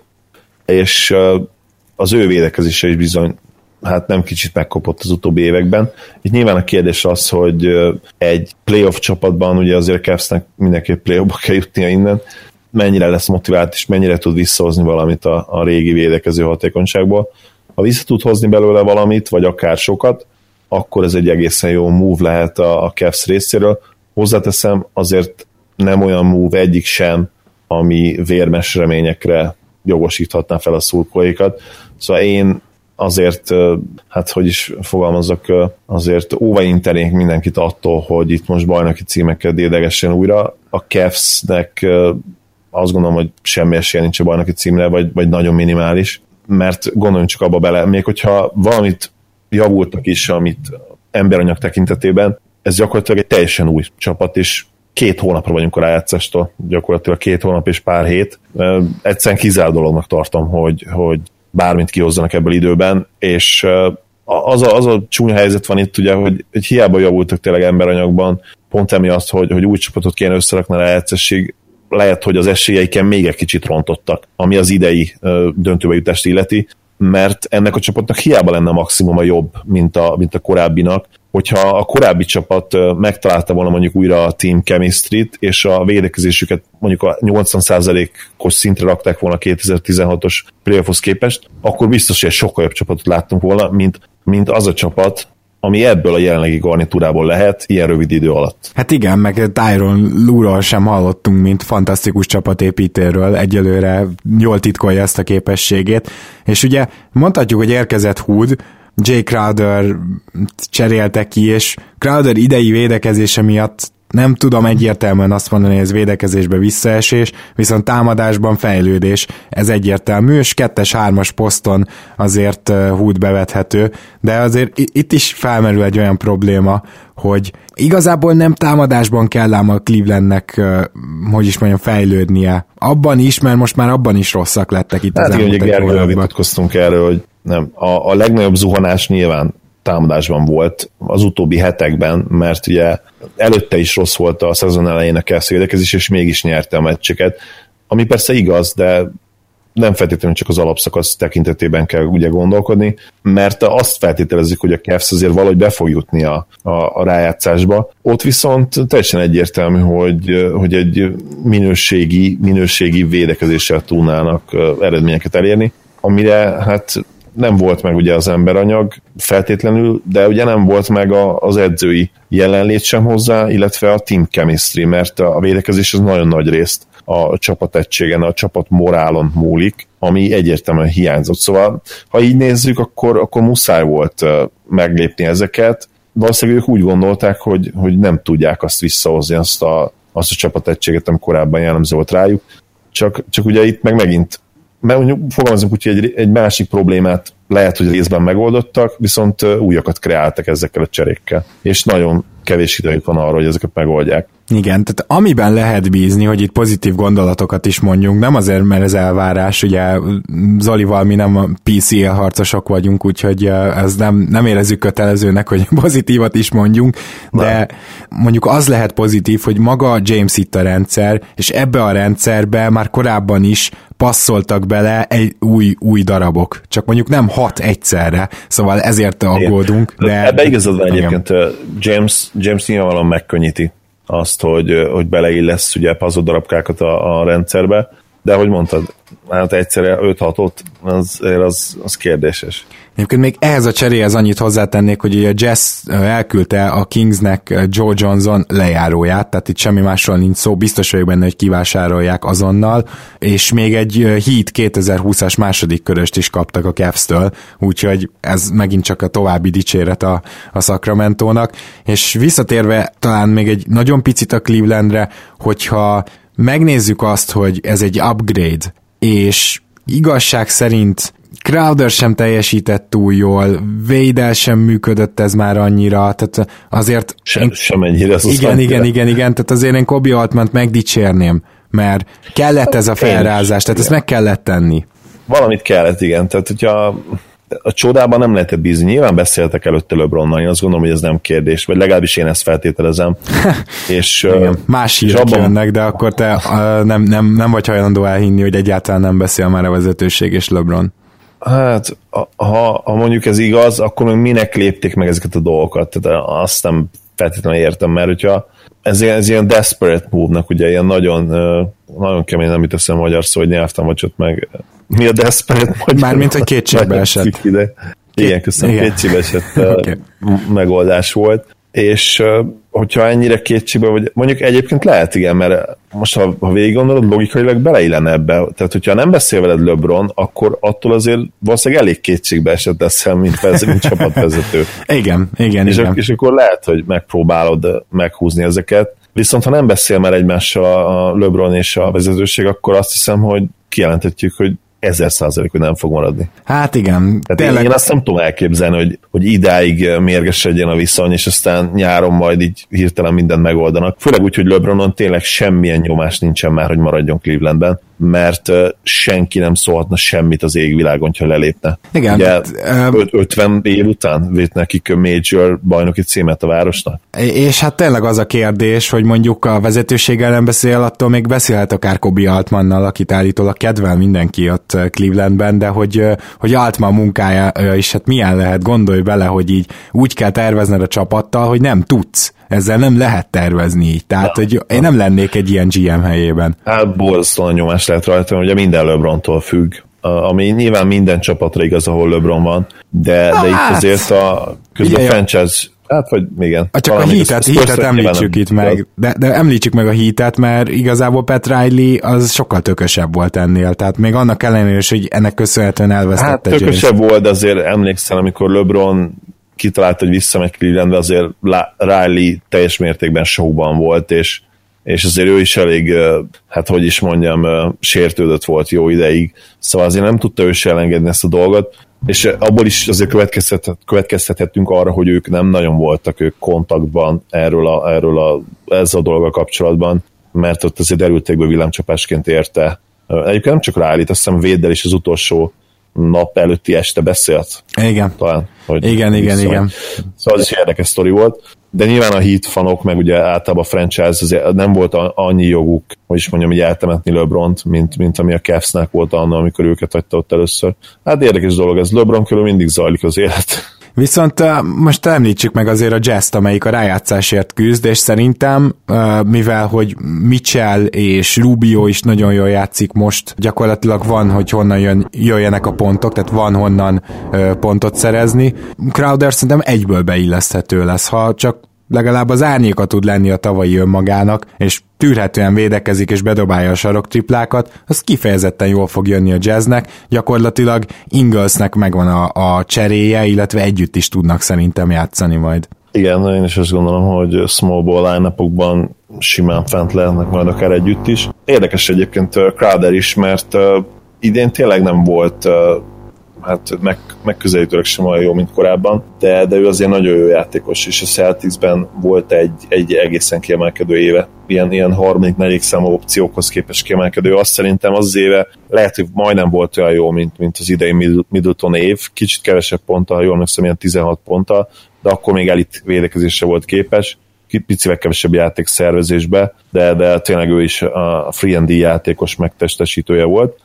és az ő védekezése is bizony hát nem kicsit megkopott az utóbbi években. Itt nyilván a kérdés az, hogy egy playoff csapatban, ugye azért a Cavsnek mindenképp playoffba kell jutnia innen, mennyire lesz motivált, és mennyire tud visszahozni valamit a régi védekező hatékonyságból. Ha vissza tud hozni belőle valamit, vagy akár sokat, akkor ez egy egészen jó move lehet a Cavs részéről. Hozzáteszem, azért nem olyan move egyik sem, ami vérmes reményekre jogosíthatná fel a szurkolóikat. Szóval én azért, hát hogy is fogalmazzak, azért óvaintenék mindenkit attól, hogy itt most bajnoki címekkel dédegessen újra. A Cavsnek azt gondolom, hogy semmi esélye nincs a bajnoki címre, vagy nagyon minimális, mert gondoljunk csak abba bele, még hogyha valamit javultak is, amit emberanyag tekintetében, ez gyakorlatilag egy teljesen új csapat, és 2 hónapra vagyunk a rájátszástól, gyakorlatilag 2 hónap és pár hét. Egyszerűen kizárt dolognak tartom, hogy bármit kihozzanak ebből időben, és az a csúnya helyzet van itt, ugye, hogy hiába javultak tényleg emberanyagban, pont emiatt, hogy új csapatot kéne összerakni a rájátszásig, lehet, hogy az esélyeiken még egy kicsit rontottak, ami az idei döntőbe jutást illeti, mert ennek a csapatnak hiába lenne maximum a jobb, mint a korábbinak, hogyha a korábbi csapat megtalálta volna mondjuk újra a team chemistry-t, és a védekezésüket mondjuk a 80%-os szintre rakták volna 2016-os playoffhoz képest, akkor biztos, hogy egy sokkal jobb csapatot láttunk volna, mint az a csapat, ami ebből a jelenlegi garnitúrából lehet ilyen rövid idő alatt. Hát igen, meg Tyron Lue-ról sem hallottunk, mint fantasztikus csapatépítőről, egyelőre jól titkolja ezt a képességét, és ugye mondhatjuk, hogy érkezett Hood, Jay Crowder cserélte ki, és Crowder idei védekezése miatt nem tudom egyértelműen azt mondani, hogy ez védekezésbe visszaesés, viszont támadásban fejlődés, ez egyértelmű, és 2-3-as poszton azért Hood bevethető, de azért itt is felmerül egy olyan probléma, hogy igazából nem támadásban kell ám a Clevelandnek, hogy is mondjam, fejlődnie. Abban is, mert most már abban is rosszak lettek itt az elmúlt egy hónapban. Vitatkoztunk erről, hogy nem, a legnagyobb zuhanás nyilván támadásban volt az utóbbi hetekben, mert ugye előtte is rossz volt a szezon elején a Cavs védekezés, és mégis nyerte a meccseket, ami persze igaz, de nem feltétlenül csak az alapszakasz tekintetében kell ugye gondolkodni, mert azt feltételezik, hogy a Cavs azért valahogy be fog jutni a rájátszásba. Ott viszont teljesen egyértelmű, hogy egy minőségi védekezéssel tudnának eredményeket elérni, amire hát nem volt meg ugye az emberanyag feltétlenül, de ugye nem volt meg az edzői jelenlét sem hozzá, illetve a team chemistry, mert a védekezés az nagyon nagy részt a csapat egységen, a csapat morálon múlik, ami egyértelműen hiányzott. Szóval, ha így nézzük, akkor muszáj volt meglépni ezeket. Valószínűleg ők úgy gondolták, hogy nem tudják azt visszahozni, azt a csapat egységet, ami korábban jellemző volt rájuk. Csak ugye itt megint mert mondjuk fogalmazunk úgy, hogy egy másik problémát lehet, hogy részben megoldottak, viszont újakat kreáltak ezekkel a cserékkel. És nagyon kevés idejük van arra, hogy ezeket megoldják. Igen, tehát amiben lehet bízni, hogy itt pozitív gondolatokat is mondjunk, nem azért, mert ez elvárás, ugye Zolival mi nem a PCL harcosok vagyunk, úgyhogy ez nem érezzük kötelezőnek, hogy pozitívat is mondjunk, de mondjuk az lehet pozitív, hogy maga James itt a rendszer, és ebbe a rendszerbe már korábban is passzoltak bele egy új darabok, csak mondjuk nem 6 egyszerre, szóval ezért aggódunk. De ebbe igazad van egyébként, James nyilvánvalóan megkönnyíti azt, hogy beleillesz ugye puzzle darabkákat a rendszerbe, de ahogy mondtad, hát egyszerre 5-6-ot, az kérdéses. Egyébként még ehhez a cseréhez annyit hozzátennék, hogy ugye a Jazz elküldte a Kingsnek Joe Johnson lejáróját, tehát itt semmi másról nincs szó, biztos vagyok benne, hogy kivásárolják azonnal, és még egy Heat 2020-as második köröst is kaptak a Cavs-től, úgyhogy ez megint csak a további dicséret a Sacramento-nak, és visszatérve talán még egy nagyon picit a Clevelandre, hogyha megnézzük azt, hogy ez egy upgrade, és igazság szerint Crowder sem teljesített túl jól, Wade-el sem működött ez már annyira, tehát azért... Sem ennyire. Igen, tehát azért én Kobe Altmant megdicsérném, mert kellett ez a felrázás, tehát ezt meg kellett tenni. Valamit kellett, igen, tehát hogyha a csodában nem lehetett bízni. Nyilván beszéltek előtte LeBronnal, én azt gondolom, hogy ez nem kérdés, vagy legalábbis én ezt feltételezem. És, igen, más hírek jönnek, de akkor te nem vagy hajlandó elhinni, hogy egyáltalán nem beszél már a vezetőség és LeBron. Hát, ha mondjuk ez igaz, akkor még minek lépték meg ezeket a dolgokat? Tehát azt nem feltétlenül értem, mert hogyha ez ilyen desperate move-nak, ugye ilyen nagyon kemény, nem jut eszem magyar szó, hogy nyelvtanvacsot meg. Mi a desperate? Mármint, hogy kétségbe esett. Igen, köszönöm, kétségbe esett okay. Megoldás volt. És hogyha ennyire kétségbe, vagy mondjuk egyébként lehet, igen, mert most ha végig gondolod, logikailag beleillene ebbe. Tehát, hogyha nem beszél veled LeBron, akkor attól azért valószínűleg elég kétségbe esett leszel, mint csapatvezető. Igen. És akkor lehet, hogy megpróbálod meghúzni ezeket. Viszont ha nem beszél már egymással a LeBron és a vezetőség, akkor azt hiszem, hogy kijelenthetjük, hogy 1000%, hogy nem fog maradni. Hát igen. Én azt nem tudom elképzelni, hogy idáig mérgesedjen a viszony, és aztán nyáron majd így hirtelen mindent megoldanak. Főleg úgy, hogy LeBronon tényleg semmilyen nyomás nincsen már, hogy maradjon Clevelandben, mert senki nem szólhatna semmit az égvilágon, ha lelépne. Igen. Ugye 50 év után vét nekik major bajnoki címet a városnak. És hát tényleg az a kérdés, hogy mondjuk a vezetőséggel nem beszél, attól még beszélhet akár Kobe Altmannal, akit állítólag kedvel mindenki ott Clevelandben, de hogy Altman munkája is hát milyen lehet, gondolj bele, hogy így úgy kell tervezned a csapattal, hogy nem tudsz. Ezzel nem lehet tervezni így. Tehát, hogy én nem lennék egy ilyen GM helyében. Hát borzasztóan nyomás lehet rajta, ugye minden LeBrontól függ. Ami nyilván minden csapatra igaz, ahol LeBron van, de itt azért a közben franchise, hát vagy igen. Csak a Heatet említsük itt meg, de említsük meg a Heatet, mert igazából Pat Riley az sokkal tökösebb volt ennél, tehát még annak ellenére is, hogy ennek köszönhetően elvesztette. Hát tökösebb volt, de azért emlékszem, amikor LeBron kitalált, hogy visszamegy Clevelandbe, azért Riley teljes mértékben showban volt, és azért ő is elég, hát hogy is mondjam, sértődött volt jó ideig, szóval azért nem tudta ő se elengedni ezt a dolgot, és abból is azért következtethettünk arra, hogy ők nem nagyon voltak ők kontaktban ezzel a dologgal kapcsolatban, mert ott azért derültékből villámcsapásként érte. Egyébként nem csak Riley-t, azt hiszem Wade-del is az utolsó nap előtti este beszélt. Igen. Talán. Igen. Szóval az is érdekes sztori volt. De nyilván a Heat fanok, meg ugye általában a franchise, azért nem volt annyi joguk, hogy is mondjam, hogy eltemetni LeBront, mint ami a Cavsnek volt annak, amikor őket hagyta ott először. Hát érdekes dolog, ez LeBron körül mindig zajlik az élet. Viszont most említsük meg azért a Jazz-t, amelyik a rájátszásért küzd, és szerintem, mivel hogy Mitchell és Rubio is nagyon jól játszik most, gyakorlatilag van, hogy honnan jöjjenek a pontok, tehát van honnan pontot szerezni. Crowder szerintem egyből beilleszthető lesz, ha csak legalább az árnyéka tud lenni a tavalyi önmagának, és tűrhetően védekezik és bedobálja a saroktriplákat, az kifejezetten jól fog jönni a Jazznek, gyakorlatilag Inglesnek megvan a cseréje, illetve együtt is tudnak szerintem játszani majd. Igen, én is azt gondolom, hogy small ball line-upokban simán fent lehetnek majd akár együtt is. Érdekes egyébként Crowder is, mert idén tényleg nem volt hát megközelítőleg sem olyan jó, mint korábban, de ő azért nagyon jó játékos, és a Celticsben volt egy egészen kiemelkedő éve, ilyen harmadik, negyedik számú opciókhoz képes kiemelkedő. Azt szerintem az éve lehet, hogy majdnem volt olyan jó, mint az idei Middleton év, kicsit kevesebb ponttal, ha jól emlékszem, ilyen 16 ponttal, de akkor még elit védekezésre volt képes, picivel kevesebb játékszervezésbe, de tényleg ő is a free and D játékos megtestesítője volt.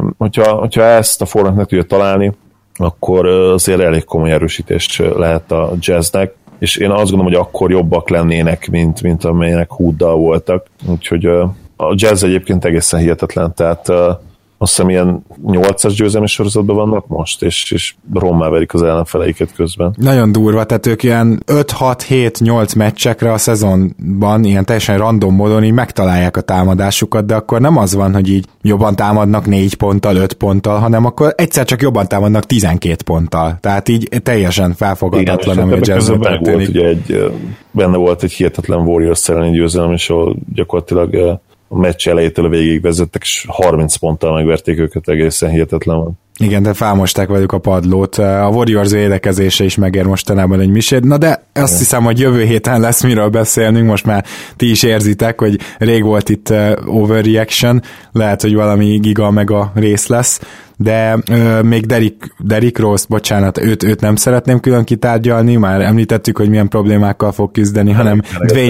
Hogyha ezt a formát meg tudja találni, akkor azért elég komoly erősítés lehet a Jazznek, és én azt gondolom, hogy akkor jobbak lennének, mint amelynek Hooddal voltak. Úgyhogy a Jazz egyébként egészen hihetetlen, tehát azt hiszem ilyen 8-as győzelmi sorozatban vannak most, és rommá verik az ellenfeleiket közben. Nagyon durva, tehát ők ilyen 5-6-7-8 meccsekre a szezonban ilyen teljesen random módon így megtalálják a támadásukat, de akkor nem az van, hogy így jobban támadnak 4 ponttal, 5 ponttal, hanem akkor egyszer csak jobban támadnak 12 ponttal. Tehát így teljesen felfogadatlan, ami a Jazzben történik. Ugye benne volt egy hihetetlen Warriors elleni győzelem, és gyakorlatilag a meccs elejétől a végig vezettek, és 30 ponttal megverték őket, egészen hihetetlen van. Igen, de felmosták velük a padlót. A Warriors védekezése is megér mostanában egy misét. Na de azt hiszem, hogy jövő héten lesz miről beszélnünk, most már ti is érzitek, hogy rég volt itt overreaction, lehet, hogy valami giga mega rész lesz, de még Derrick Rose, bocsánat, őt nem szeretném külön kitárgyalni, már említettük, hogy milyen problémákkal fog küzdeni, hanem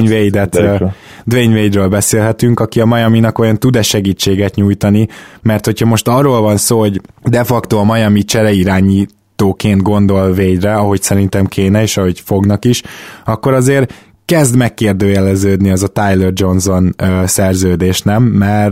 Dwayne Wade-ről beszélhetünk, aki a Miaminak olyan tud-e segítséget nyújtani, mert hogyha most arról van szó, hogy de facto a Miami csereirányítóként gondol Wade-re, ahogy szerintem kéne, és ahogy fognak is, akkor azért kezd megkérdőjeleződni az a Tyler Johnson szerződés, nem? Mert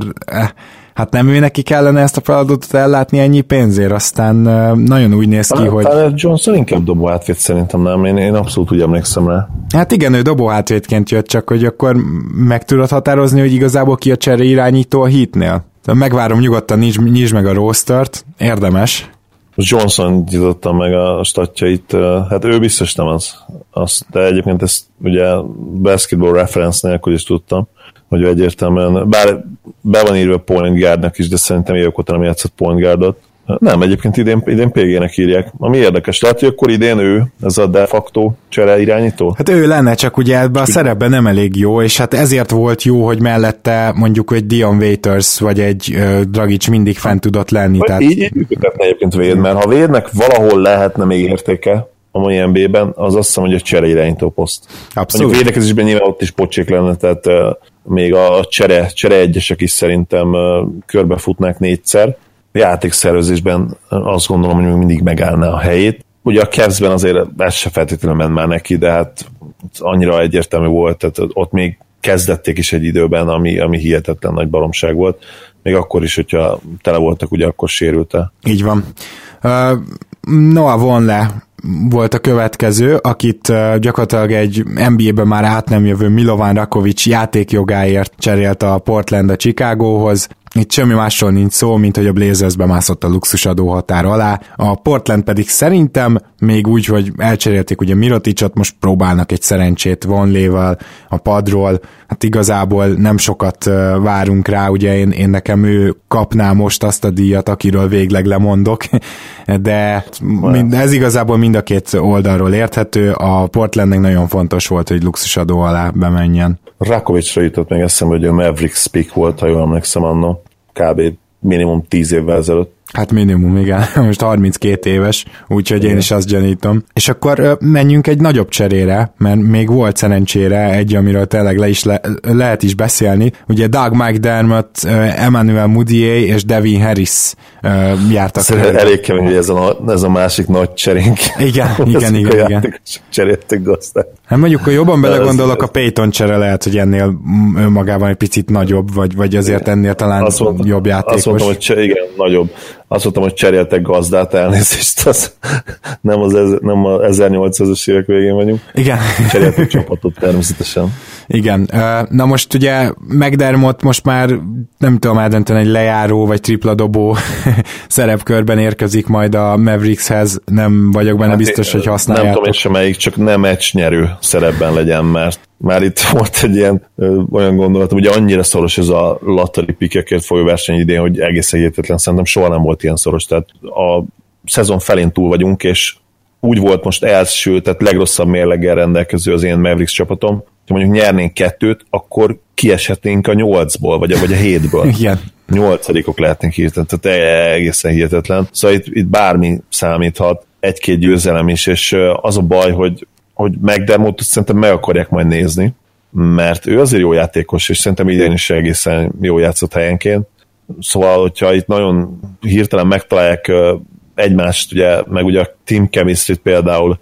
hát nem ő neki kellene ezt a feladatot ellátni ennyi pénzért, aztán nagyon úgy néz ki, hogy... Tyler Johnson inkább dobóhátvét szerintem nem, én abszolút úgy emlékszem rá. Hát igen, ő dobóhátvétként jött, csak hogy akkor meg tudod határozni, hogy igazából ki a csere irányító a Heatnél. Megvárom nyugodtan, nyisd meg a rostert, érdemes. Johnson nyitottam meg a statjait, hát ő biztos nem az, de egyébként ezt ugye basketball reference nélkül is tudtam, hogy egyértelműen, bár be van írva point guardnak is, de szerintem évek óta nem játszott point guardot. Nem, egyébként idén PG-nek írják. Ami érdekes, lehet, hogy akkor idén ő, ez a de facto csere irányító? Hát ő lenne, csak ugye ebben a szerepben nem elég jó, és hát ezért volt jó, hogy mellette mondjuk egy Dion Waiters vagy egy Dragic mindig fent tudott lenni. Tehát... Így működhetne egyébként Wade, mert ha Wade-nek valahol lehetne még értéke a mai NBA-ben, az azt hiszem, hogy a csere irányító poszt. Abszolút. Mondjuk védekezésben nyilván ott is pocsék lenne, tehát még a csere egyesek is szerintem körbefutnák 4-szer. Játékszervezésben azt gondolom, hogy még mindig megállná a helyét. Ugye a Cavs-ben azért ez se feltétlenül ment már neki, de hát annyira egyértelmű volt, tehát ott még kezdették is egy időben, ami hihetetlen nagy baromság volt. Még akkor is, hogyha tele voltak, ugye akkor sérült el. Így van. Noah Vonleh volt a következő, akit gyakorlatilag egy NBA-ben már át nem jövő Milovan Rakovic játékjogáért cserélt a Portland a Chicagóhoz. Itt semmi másról nincs szó, mint hogy a Blazers bemászott a luxusadó határ alá. A Portland pedig szerintem még úgy, hogy elcserélték ugye Miroticot, most próbálnak egy szerencsét Vonléval a padról. Hát igazából nem sokat várunk rá, ugye én nekem ő kapná most azt a díjat, akiről végleg lemondok, de ez igazából mind a két oldalról érthető. A Portlandnek nagyon fontos volt, hogy luxusadó alá bemenjen. Rakovicra jutott még eszembe, hogy a Mavericks pick volt, ha jól emlékszem annak. Kb. Minimum 10 évvel ezelőtt. Hát minimum, igen. Most 32 éves, úgyhogy én is azt gyanítom. És akkor menjünk egy nagyobb cserére, mert még volt szerencsére egy, amiről tényleg lehet is beszélni. Ugye Doug McDermott, Emmanuel Mudiay és Devin Harris jártak. Elég kemény, hogy ez a másik nagy cserénk. Igen. Cseréltek gazdát. Hát mondjuk, ha jobban belegondolok, a Payton csere lehet, hogy ennél önmagában egy picit nagyobb, vagy azért ennél talán jobb játékos. Azt mondtam, hogy igen, nagyobb. Azt mondtam, hogy cseréltek gazdát, elnézést, nem az 1800-as évek végén vagyunk. Igen. Cseréltek csapatot természetesen. Igen. Na most ugye McDermott most már nem tudom eldönteni, egy lejáró vagy tripla dobó szerepkörben érkezik majd a Maverickshez, nem vagyok benne biztos, hogy használjátok. Nem tudom én sem melyik, csak nem meccsnyerő szerepben legyen, mert már itt volt egy ilyen olyan gondolatom, ugye annyira szoros ez a lottery pickekért folyó verseny idén, hogy egészen hihetetlen, szerintem soha nem volt ilyen szoros, tehát a szezon felén túl vagyunk, és úgy volt most első, tehát legrosszabb mérleggel rendelkező az én Mavericks csapatom, ha mondjuk nyernénk 2, akkor kieshetnénk a 8-ból, vagy a 7-ből. Igen. 8-ok lehetnénk hirtelen, tehát egészen hihetetlen. Szóval itt bármi számíthat, 1-2 győzelem is, és az a baj, hogy McDermott szerintem meg akarják majd nézni, mert ő azért jó játékos, és szerintem idén is egészen jó játszott helyenként. Szóval, hogyha itt nagyon hirtelen megtalálják egymást, ugye, meg ugye a team chemistry-t például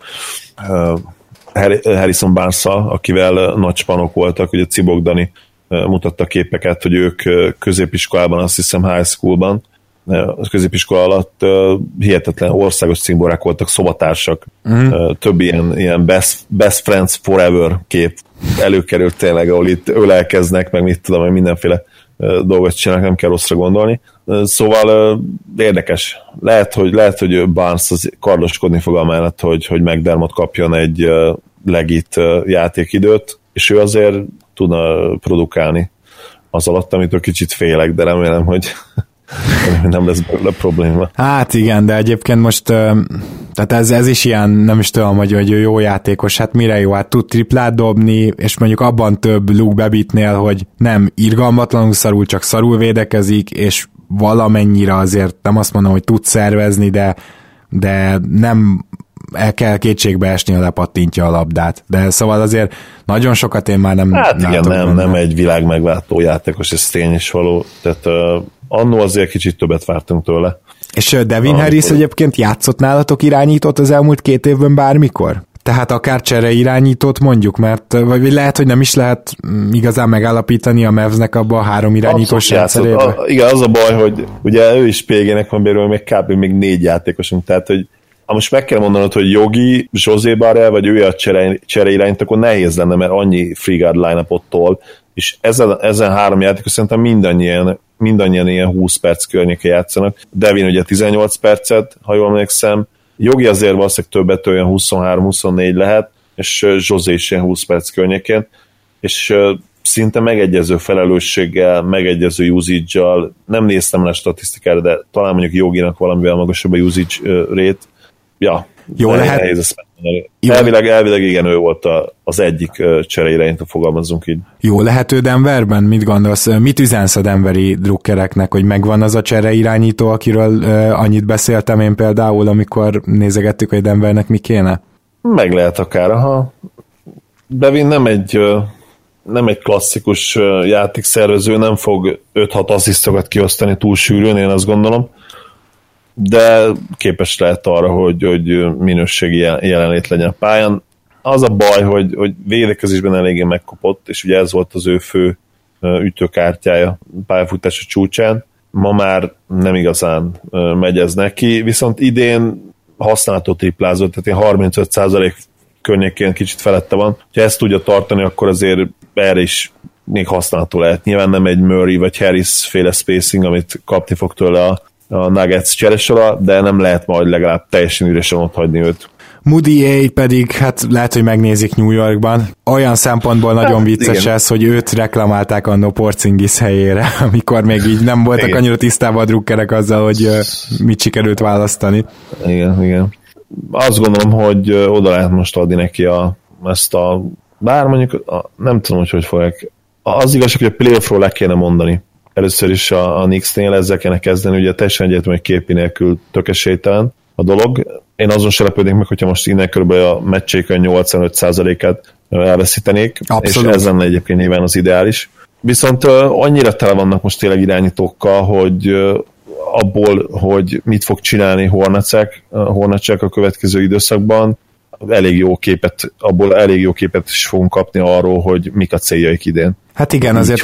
Harrison Barnes-szal, akivel nagy spanok voltak, ugye Cibok Dani mutatta képeket, hogy ők középiskolában, azt hiszem high schoolban, a középiskola alatt hihetetlen országos cimborák voltak, szobatársak, több ilyen best friends forever kép előkerült tényleg, ahol itt ölelkeznek, meg mit tudom, hogy mindenféle dolgot csinálnak, nem kell rosszra gondolni. Szóval érdekes. Lehet, hogy Barnes az kardoskodni fog amellett, hogy McDermott kapjon egy legit játékidőt, és ő azért tudna produkálni az alatt, amitől kicsit félek, de remélem, hogy nem lesz belőle probléma. Hát igen, de egyébként most tehát ez is ilyen, nem is tudom, hogy jó játékos, hát mire jó, hát tud triplát dobni, és mondjuk abban több Luke Babbittnél, hogy nem irgalmatlanul szarul, csak szarul védekezik, és valamennyire azért nem azt mondom, hogy tud szervezni, de nem el kell kétségbe esni, ha lepattintja a labdát. De szóval azért nagyon sokat én már nem hát igen, nem egy világ megváltó játékos, ez tény is való. Tehát annó azért kicsit többet vártunk tőle. És Devin Harris egyébként játszott nálatok irányítót az elmúlt 2 évben bármikor? Tehát akár csere irányítót mondjuk, mert vagy lehet, hogy nem is lehet igazán megállapítani a Mavsnek abba a 3 irányítós rendszerébe. Igen, az a baj, hogy ugye ő is PG-nek van belőle, még kb. Még 4 játékosunk, tehát hogy most meg kell mondanod, hogy Jogi, José Barrel, vagy ő a csere irányt, akkor nehéz lenne, mert annyi free guard line-upot tol, és ezen 3 játékos szerintem mindannyian ilyen 20 perc környéke játszanak. Devin ugye 18 percet, ha jól emlékszem, Jogi azért valószínűleg többet, olyan 23-24 lehet, és José is ilyen 20 perc környékén, és szinte megegyező felelősséggel, megegyező usage-jal, nem néztem le a statisztikára, de talán mondjuk Joginak valamivel magasabb a usage rate. Ja, jó lehet. Elvileg igen, ő volt az egyik csereirányító, fogalmazzunk így. Jó lehet ő Denverben? Mit gondolsz? Mit üzensz a denveri drukkereknek, hogy megvan az a csereirányító, akiről annyit beszéltem én például, amikor nézegettük, hogy Denvernek mi kéne? Meg lehet akár, ha Devin nem egy klasszikus játékszervező, nem fog 5-6 asszisztokat kiosztani túl sűrűn, én azt gondolom, de képes lehet arra, hogy minőségi jelenlét legyen a pályán. Az a baj, hogy védekezésben eléggé megkopott, és ugye ez volt az ő fő ütőkártyája pályafutása csúcsán. Ma már nem igazán megy ez neki, viszont idén használható triplázott, tehát ilyen 35% környékén kicsit felette van. Ha ezt tudja tartani, akkor azért erre is még használható lehet. Nyilván nem egy Murray vagy Harris féle spacing, amit kapni fog tőle a Nuggets cseresora, de nem lehet majd legalább teljesen üresen ott hagyni őt. Moody pedig, hát lehet, hogy megnézik New Yorkban. Olyan szempontból nagyon vicces igen. Ez, hogy őt reklamálták annó Porzingis helyére, amikor még így nem voltak igen. Annyira tisztában a drukkerek azzal, hogy mit sikerült választani. Igen. Azt gondolom, hogy oda lehet most adni neki bár mondjuk nem tudom, hogy fogják. Az igazság, hogy a playoffról le kéne mondani. Először is a Knicksnél ezzel kéne kezdeni, ugye teljesen egyértelmű, hogy képi nélkül tökéletétlen a dolog. Én azon se lepődnék meg, hogyha most innen körülbelül a meccsék 85%-át elveszítenék, abszolút. És ez lenne egyébként nyilván az ideális. Viszont annyira tele vannak most tényleg irányítókkal, hogy abból, hogy mit fog csinálni Hornacek a következő időszakban, elég jó képet is fogunk kapni arról, hogy mik a céljaik idén. Hát igen, azért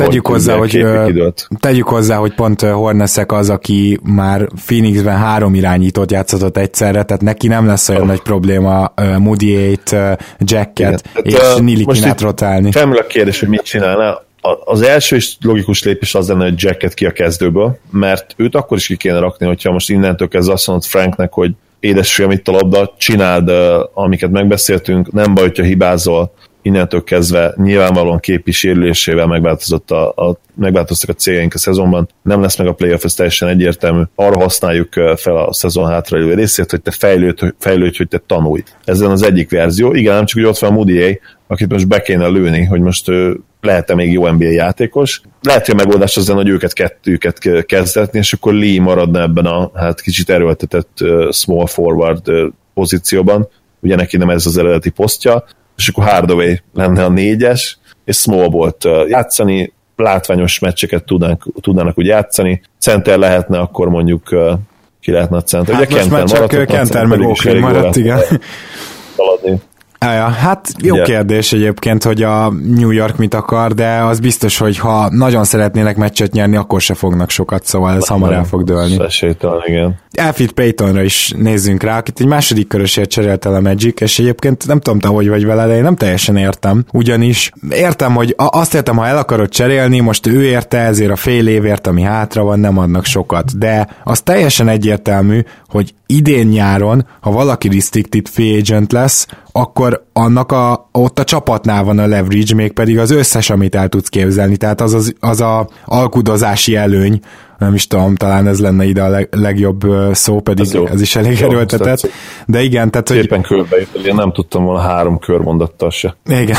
tegyük hozzá, hogy pont Hornacek az, aki már Phoenixben 3 irányítót játszott egyszerre, tehát neki nem lesz olyan nagy probléma Moody-ét, Jacket és Nilikinát rotálni. Felmerül a kérdés, hogy mit csinálna. Az első is logikus lépés az lenne, hogy Jacket ki a kezdőből, mert őt akkor is ki kéne rakni, hogyha most innentől kezdve azt mondod Franknek, hogy édesfiam, itt a labda, csináld, amiket megbeszéltünk, nem baj, hogyha hibázol, innentől kezdve nyilvánvalóan képi sérülésével megváltoztak a céljaink a szezonban, nem lesz meg a playoff, ez teljesen egyértelmű. Arra használjuk fel a szezon hátralévő részét, hogy te fejlődj, hogy te tanulj. Ezen az egyik verzió. Igen, nem csak, hogy ott van Moody, akit most be kéne lőni, hogy most lehet-e még jó NBA játékos. Lehet, hogy a megoldás az lenne, hogy őket kezdetni, és akkor Lee maradna ebben a kicsit erőltetett small forward pozícióban. Ugye neki nem ez az eredeti posztja, és akkor Hardaway lenne a 4-es, és small volt játszani, látványos meccseket tudnának úgy játszani. Center lehetne, akkor mondjuk ki lehetne a center. Hát ugye most már csak Kenter meg Oakley maradt, igen. Szaladni. Hát jó kérdés egyébként, hogy a New York mit akar, de az biztos, hogy ha nagyon szeretnének meccset nyerni, akkor se fognak sokat, szóval ez hamar el fog dőlni. Esélytelen, igen. Elfrid Paytonra is nézzünk rá, akit egy második körösért cserélte a Magic, és egyébként nem tudom te, hogy vagy vele, de én nem teljesen értem. Ugyanis értem, hogy azt értem, ha el akarod cserélni, most ő érte ezért a fél évért, ami hátra van, nem adnak sokat. De az teljesen egyértelmű, hogy idén nyáron, ha valaki restricted free agent lesz, akkor annak ott a csapatnál van a leverage, mégpedig az összes, amit el tudsz képzelni, tehát az a alkudozási előny, nem is tudom, talán ez lenne ide a legjobb szó, pedig ez is elég erőltetett. De igen, tehát szépen körbejött, én nem tudtam volna 3 körmondattal se. Igen.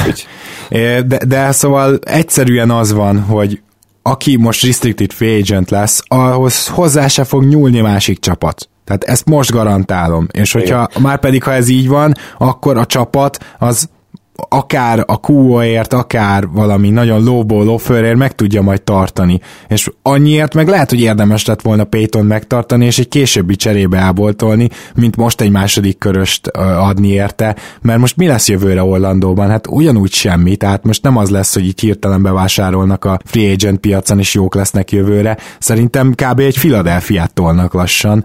De szóval egyszerűen az van, hogy aki most restricted free agent lesz, ahhoz hozzá se fog nyúlni másik csapat. Tehát ezt most garantálom. És hogyha már pedig, ha ez így van, akkor a csapat az akár a QO-ért, akár valami nagyon lowball offerért meg tudja majd tartani. És annyiért meg lehet, hogy érdemes lett volna Payton megtartani, és egy későbbi cserébe áboltolni, mint most egy második köröst adni érte, mert most mi lesz jövőre Orlandóban? Hát ugyanúgy semmi, tehát most nem az lesz, hogy itt hirtelen bevásárolnak a free agent piacon, és jók lesznek jövőre. Szerintem kb. Egy Philadelphiát tolnak lassan,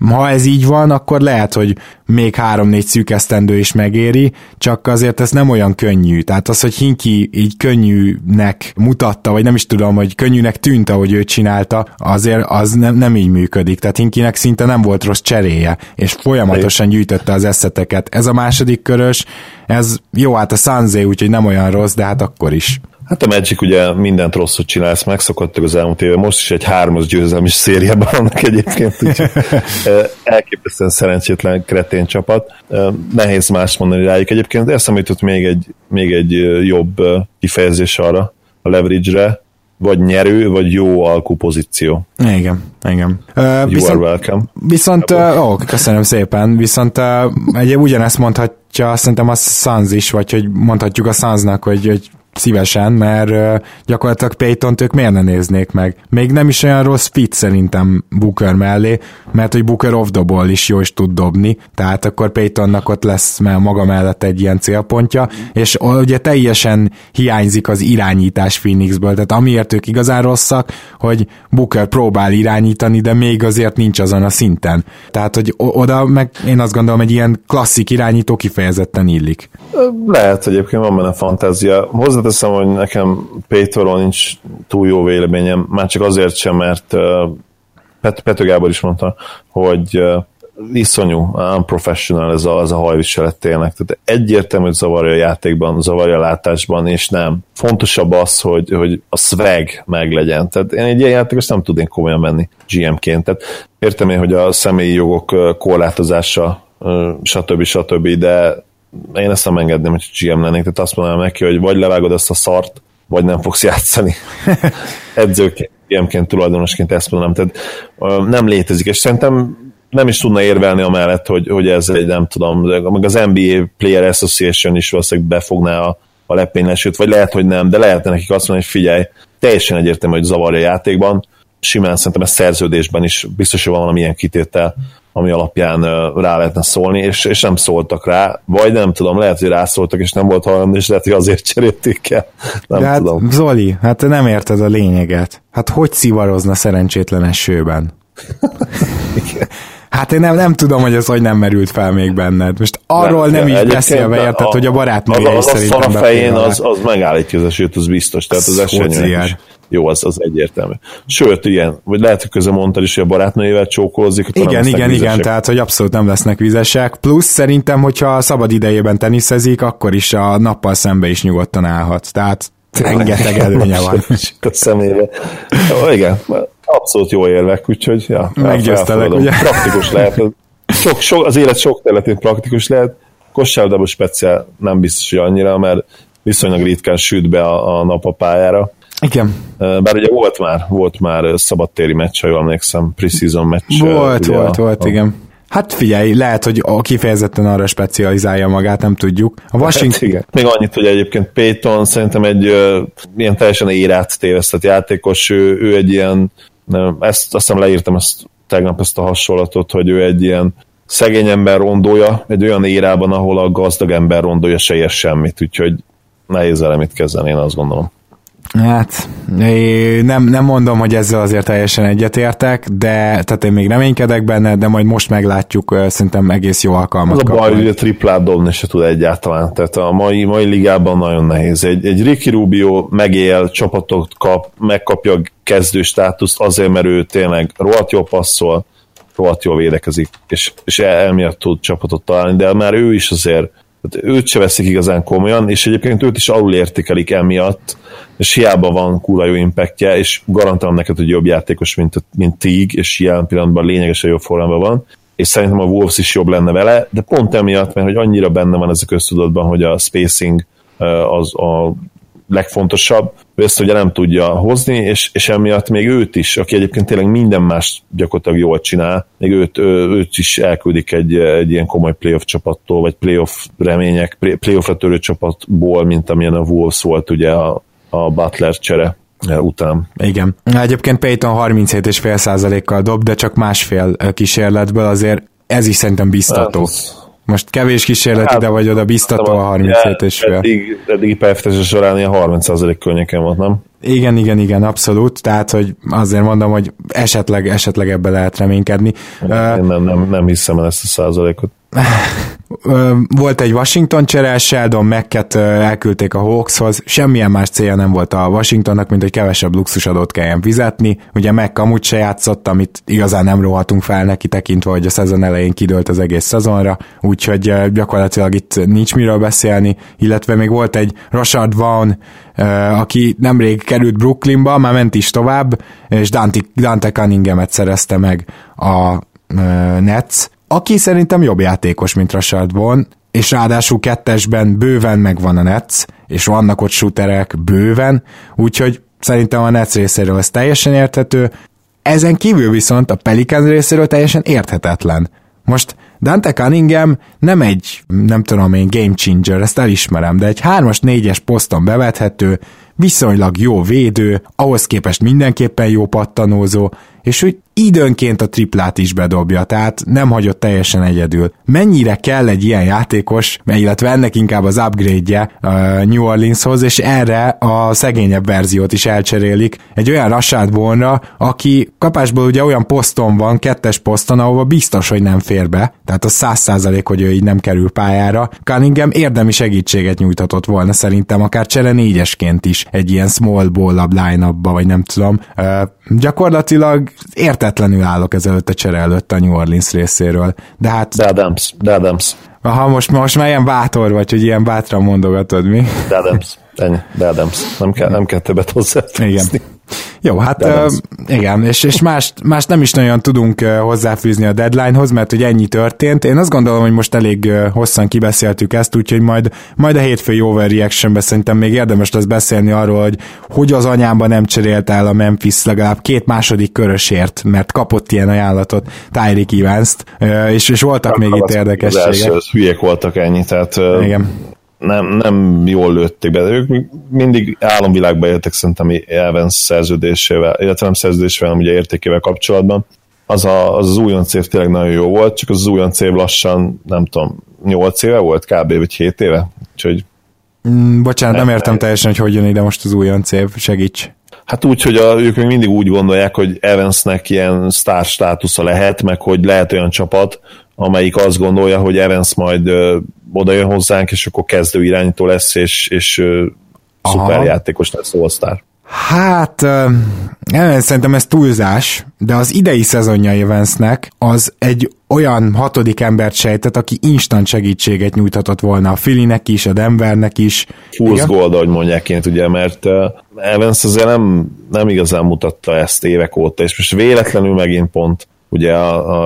Ha ez így van, akkor lehet, hogy még 3-4 szűk esztendő is megéri, csak azért ez nem olyan könnyű. Tehát az, hogy Hinkie így könnyűnek mutatta, vagy nem is tudom, hogy könnyűnek tűnt, ahogy ő csinálta, azért az nem így működik. Tehát Hinkienek szinte nem volt rossz cseréje, és folyamatosan gyűjtötte az eszeteket. Ez a második körös, ez jó, hát a Sunsé, úgyhogy nem olyan rossz, de hát akkor is. Hát a Magic ugye mindent rosszul csinál, ezt megszokottak az elmúlt éve, most is egy 3-as győzelmi szériában vannak egyébként, úgyhogy elképesztően szerencsétlen kretén csapat. Nehéz más mondani rájuk egyébként, de eszembe jutott még egy jobb kifejezés arra, a leverage-re, vagy nyerő, vagy jó alkupozíció. Igen. You are welcome. Viszont köszönöm szépen, viszont ugyanezt mondhatja szerintem a Suns is, vagy hogy mondhatjuk a Sunsnak, hogy szívesen, mert gyakorlatilag Paytont ők miért ne néznék meg. Még nem is olyan rossz fit szerintem Booker mellé, mert hogy Booker off the ball is jó is tud dobni, tehát akkor Paytonnak ott lesz maga mellett egy ilyen célpontja, és ugye teljesen hiányzik az irányítás Phoenixből, tehát amiért ők igazán rosszak, hogy Booker próbál irányítani, de még azért nincs azon a szinten. Tehát, hogy oda meg én azt gondolom, egy ilyen klasszik irányító kifejezetten illik. Lehet, egyébként van benne fantázia. Hozzáteszem, hogy nekem Paytonról nincs túl jó véleményem, már csak azért sem, mert Pető Gábor is mondta, hogy iszonyú, unprofessional ez a hajviselet tényleg. Tehát egyértelmű, hogy zavarja a játékban, zavarja a látásban, és nem. Fontosabb az, hogy a swag meglegyen. Tehát én egy ilyen játékos nem tudnék komolyan menni GM-ként. Tehát értem én, hogy a személyi jogok korlátozása, stb., de én ezt nem engedném, hogy GM lennék, tehát azt mondanám neki, hogy vagy levágod ezt a szart, vagy nem fogsz játszani. Edzőként, GM-ként, tulajdonosként ezt mondanám, tehát nem létezik, és szerintem nem is tudna érvelni amellett, hogy ez egy, nem tudom, meg az NBA Player Association is valószínűleg befogná a lepénylesőt, vagy lehet, hogy nem, de lehetne nekik azt mondani, hogy figyelj, teljesen egyértelmű, hogy zavarja a játékban, simán szerintem a szerződésben is biztos, hogy van valamilyen kitétel, ami alapján rá lehetne szólni, és nem szóltak rá, vagy nem tudom, lehet, hogy rászóltak, és nem volt hajlandó, és lehet, hogy azért cserélték el. Nem tudom. Hát, Zoli, hát te nem érted a lényeget. Hát hogy szivarozna szerencsétlen esőben? Hát én nem tudom, hogy ez hogy nem merült fel még benned. Most arról nem így beszélve érted, hogy a barátnője is szerintem az a fején az megállítja az esőt, az biztos. Tehát az esőnyőnek is. Jó, az egyértelmű. Sőt, igen, vagy lehet, hogy közben mondtad is, hogy a barátnőjével csókolózik. Igen, tehát, hogy abszolút nem lesznek vizesek. Plusz szerintem, hogyha a szabad idejében teniszezik, akkor is a nappal szembe is nyugodtan állhat. Tehát rengeteg előnye van. A szemébe. Igen, abszolút jó érvek, úgyhogy meggyőztelek, ugye? Praktikus lehet. Az élet sok területén praktikus lehet. Kosárlabdában speciál nem biztos, hogy annyira, mert viszonylag ritkán süt be a nap a pályára. Igen. Bár ugye volt már szabadtéri meccs, ha jól emlékszem, pre-season meccs. Volt, igen. Hát figyelj, lehet, hogy kifejezetten arra specializálja magát, nem tudjuk. A Washington... Hát igen. Még annyit, hogy egyébként Payton szerintem egy ilyen teljesen érát tévesztett játékos, ő egy ilyen, azt hiszem leírtam tegnap ezt a hasonlatot, hogy ő egy ilyen szegény ember rondója, egy olyan érában, ahol a gazdag ember rondója se ér semmit, úgyhogy nehéz vele mit kezdeni, én azt gondolom. Hát, nem mondom, hogy ezzel azért teljesen egyetértek, de tehát én még reménykedek benne, de majd most meglátjuk, szerintem egész jó alkalmat kap. Az a baj, hogy a triplát dobni se tud egyáltalán, tehát a mai ligában nagyon nehéz. Egy Ricky Rubio megél, csapatot kap, megkapja a kezdő státuszt azért, mert ő tényleg rohadt jól passzol, rohadt jól védekezik, és emiatt tud csapatot találni, de már ő is azért, őt se veszik igazán komolyan, és egyébként őt is alul értékelik emiatt, és hiába van kurva jó impactje, és garantálom neked, hogy jobb játékos, mint Teague, és jelen pillanatban lényegesen jobb formában van, és szerintem a Wolves is jobb lenne vele, de pont emiatt, mert hogy annyira benne van ez a köztudatban, hogy a spacing az a legfontosabb, ő ezt ugye nem tudja hozni, és emiatt még őt is, aki egyébként tényleg minden más gyakorlatilag jól csinál, még őt is elküldik egy ilyen komoly playoff csapattól, vagy playoff remények, playoffra törő csapatból, mint amilyen a Wolves volt ugye a Butler csere után. Igen. Egyébként Payton 37,5%-kal dob, de csak másfél kísérletből, azért ez is szerintem biztató. Most kevés kísérlet ide vagy oda, biztató a 37,5. Eddigi pályafutása során ilyen 30% környéken volt, nem? Igen, abszolút, tehát, hogy azért mondom, hogy esetleg ebbe lehet reménykedni. Én nem hiszem el ezt a százalékot. Volt egy Washington csere, Sheldon Macket elküldték a Hawkshoz, semmilyen más célja nem volt a Washingtonnak, mint hogy kevesebb luxusadót kelljen fizetni, ugye Mack amúgy se játszott, amit igazán nem róhatunk fel neki tekintve, hogy a szezon elején kidőlt az egész szezonra, úgyhogy gyakorlatilag itt nincs miről beszélni, illetve még volt egy Rashard Vaughn, aki nemrég került Brooklynba, már ment is tovább, és Dante Cunningham-et szerezte meg a Nets, aki szerintem jobb játékos, mint Rashard Vaughn, és ráadásul kettesben bőven megvan a Nets, és vannak ott shooterek bőven, úgyhogy szerintem a Nets részéről ez teljesen érthető, ezen kívül viszont a Pelicans részéről teljesen érthetetlen. Most Dante Cunningham nem egy, nem tudom én, game changer, ezt elismerem, de egy 3-as, 4-es poszton bevethető, viszonylag jó védő, ahhoz képest mindenképpen jó pattanózó, és úgy időnként a triplát is bedobja, tehát nem hagyott teljesen egyedül. Mennyire kell egy ilyen játékos, illetve ennek inkább az upgrade-je New Orleanshoz, és erre a szegényebb verziót is elcserélik egy olyan Rashard Vaughn-ra, aki kapásból ugye olyan poszton van, 2-es poszton, ahova biztos, hogy nem fér be, tehát az 100%, hogy ő így nem kerül pályára. Cunningham érdemi segítséget nyújthatott volna szerintem, akár csere 4-esként is egy ilyen small ball-up line-upba, vagy nem tudom. Gyakorlatilag értetlenül állok ezelőtt a csere előtt a New Orleans részéről. De hát... De Adams. Aha, most már ilyen bátor vagy, hogy ilyen bátran mondogatod, mi? De Adams. Nem kell többet hozzáfűzni. Igen. Jó, hát igen, és más nem is nagyon tudunk hozzáfűzni a deadlinehoz, mert hogy ennyi történt. Én azt gondolom, hogy most elég hosszan kibeszéltük ezt, úgyhogy majd a hétfői overreactionbe szerintem még érdemes lesz beszélni arról, hogy az anyámba nem cserélt el a Memphis legalább 2 második körösért, mert kapott ilyen ajánlatot Tyreek Evans-t, és voltak még itt érdekességek. Az hülyék voltak ennyi, tehát... Igen. Nem jól lőtték be. Ők mindig álomvilágba éltek szerintem Evans szerződésével, illetve nem szerződésével, hanem ugye értékével kapcsolatban. Az újonc év tényleg nagyon jó volt, csak az újonc év lassan, nem tudom, 8 éve volt kb. Vagy 7 éve? Úgyhogy... Bocsánat, nem értem teljesen, hogy jön ide most az újonc év, segíts. Hát úgy, hogy ők még mindig úgy gondolják, hogy Evansnek ilyen sztár státusza lehet, meg hogy lehet olyan csapat, amelyik azt gondolja, hogy Evans majd oda jön hozzánk, és akkor kezdő irányító lesz, és szuperjátékos lesz, all-star. Hát, szerintem ez túlzás, de az idei szezonja Evansnek az egy olyan 6. embert sejtett, aki instant segítséget nyújthatott volna a Phillynek is, a Denvernek is. Fool's gold, ahogy mondják én, ugye, mert Evans azért nem igazán mutatta ezt évek óta, és most véletlenül megint pont ugye a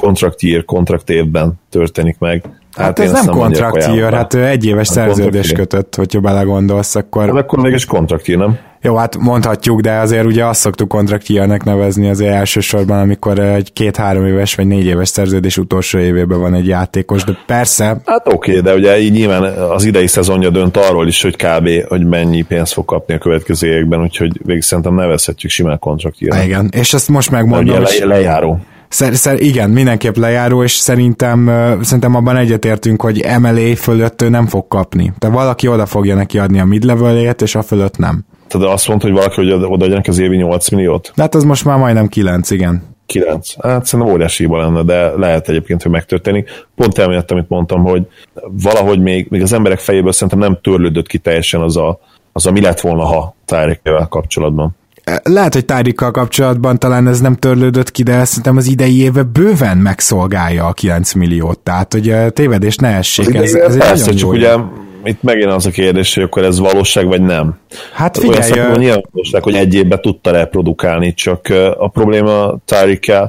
contract évben történik meg. Hát ez nem contract year, hát egy éves szerződés kötött, hogyha belegondolsz, akkor... Hát akkor mégis contract year, nem? Jó, hát mondhatjuk, de azért ugye azt szoktuk contract yearnek nevezni azért elsősorban, amikor egy 2-3 éves vagy 4 éves szerződés utolsó évében van egy játékos, de persze... Hát oké, de ugye így nyilván az idei szezonja dönt arról is, hogy kb. Hogy mennyi pénzt fog kapni a következő években, úgyhogy végig szerintem nevezhetjük simán contract year. Igen, és ezt most megmondom... Lejáró. Igen, mindenképp lejáró, és szerintem abban egyetértünk, hogy MLA fölött nem fog kapni. Tehát valaki oda fogja neki adni a mid-levelét, és a fölött nem. Tehát azt mondta, hogy valaki, hogy odaadjanak az évi 8 milliót? Hát az most már majdnem 9, igen. 9. Hát szerintem óriási hiba lenne, de lehet egyébként, hogy megtörténik. Pont elmélet, amit mondtam, hogy valahogy még az emberek fejéből szerintem nem törlődött ki teljesen az a mi lett volna, ha Tyreekkel kapcsolatban. Lehet, hogy Tyreekkal kapcsolatban talán ez nem törlődött ki, de szerintem az idei éve bőven megszolgálja a 9 milliót, tehát hogy tévedés ne essék. Ez persze, csak ugye itt megint az a kérdés, hogy akkor ez valóság, vagy nem. Hát figyelj... Olyan nyilván valóság, hogy egy évben tudta reprodukálni, csak a probléma Tyreekkel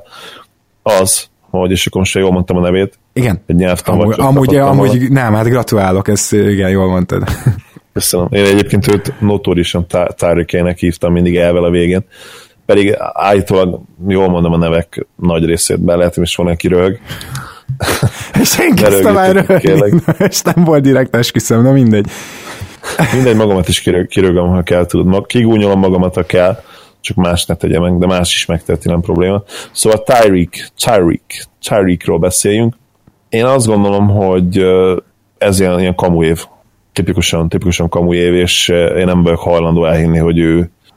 az, hogy és akkor most jól mondtam a nevét. Igen. Egy nyelvtan amúgy nem, hát gratulálok, ezt igen, jól mondtad. Köszönöm. Én egyébként őt notórisan Tyreek-ének hívtam mindig elvel a végén. Pedig állítólag jól mondom a nevek nagy részét, be lehet, és van, aki röhög. És én kezdtem már röhögni, és nem volt direkt esküszöm, na mindegy. Mindegy, magamat is kirögöm, ha kell, tudod. Kigúnyolom magamat, ha kell, csak más ne tegye meg, de más is megteheti, nem probléma. Szóval Tyreekről beszéljünk. Én azt gondolom, hogy ez ilyen kamu év. Tipikusan kamu év, és én nem vagyok hajlandó elhinni, hogy ő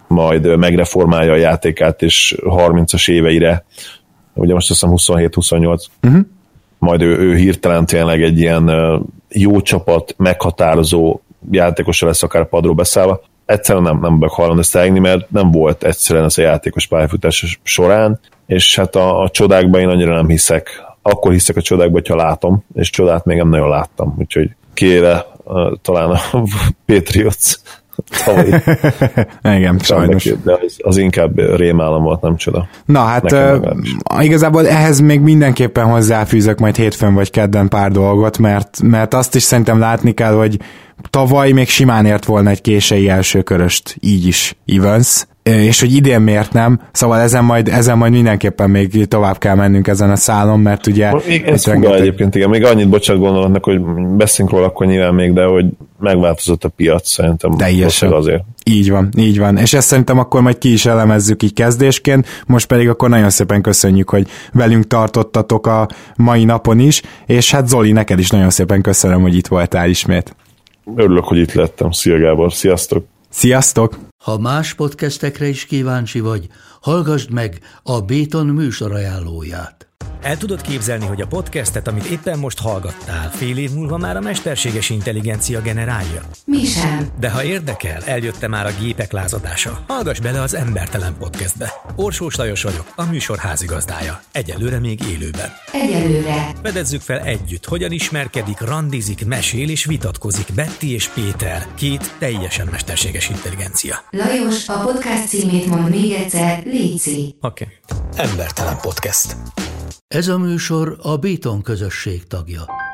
majd megreformálja a játékát, és 30-as éveire, ugye most azt hiszem 27-28, majd ő hirtelen tényleg egy ilyen jó csapat, meghatározó játékosa lesz, akár padról beszállva. Egyszerűen nem vagyok hajlandó ezt elengni, mert nem volt egyszerűen ez a játékos pályafutás során, és hát a csodákban én annyira nem hiszek. Akkor hiszek a csodákban, hogyha látom, és csodát még nem nagyon láttam, úgyhogy kére talán a Patriots tavalyi. Igen, sajnos. De az inkább rémálom volt, nem csoda. Na hát igazából ehhez még mindenképpen hozzáfűzök majd hétfőn vagy kedden pár dolgot, mert azt is szerintem látni kell, hogy tavaly még simán ért volna egy késői elsőköröst, így is Evans, és hogy idén miért nem, szóval ezen majd mindenképpen még tovább kell mennünk ezen a szálon, mert ugye... Ez egyébként, igen, még annyit bocsánat gondolatnak, hogy beszélünk róla akkor nyilván még, de hogy megváltozott a piac, szerintem teljesen azért. Így van, és ezt szerintem akkor majd ki is elemezzük így kezdésként, most pedig akkor nagyon szépen köszönjük, hogy velünk tartottatok a mai napon is, és hát Zoli, neked is nagyon szépen köszönöm, hogy itt voltál ismét. Örülök, hogy itt lettem. Szia Gábor, sziasztok! Sziasztok! Ha más podcastekre is kíváncsi vagy, hallgassd meg a Béton műsor ajánlóját. El tudod képzelni, hogy a podcastet, amit éppen most hallgattál, fél év múlva már a mesterséges intelligencia generálja? Mi sem. De ha érdekel, eljött már a gépek lázadása. Hallgass bele az Embertelen Podcastbe. Orsós Lajos vagyok, a műsor házigazdája. Egyelőre még élőben. Egyelőre. Fedezzük fel együtt, hogyan ismerkedik, randizik, mesél és vitatkozik Betty és Péter, két teljesen mesterséges intelligencia. Lajos, a podcast címét mondd még egyszer, léci. Oké. Embertelen Podcast. Ez a műsor a Béton közösség tagja.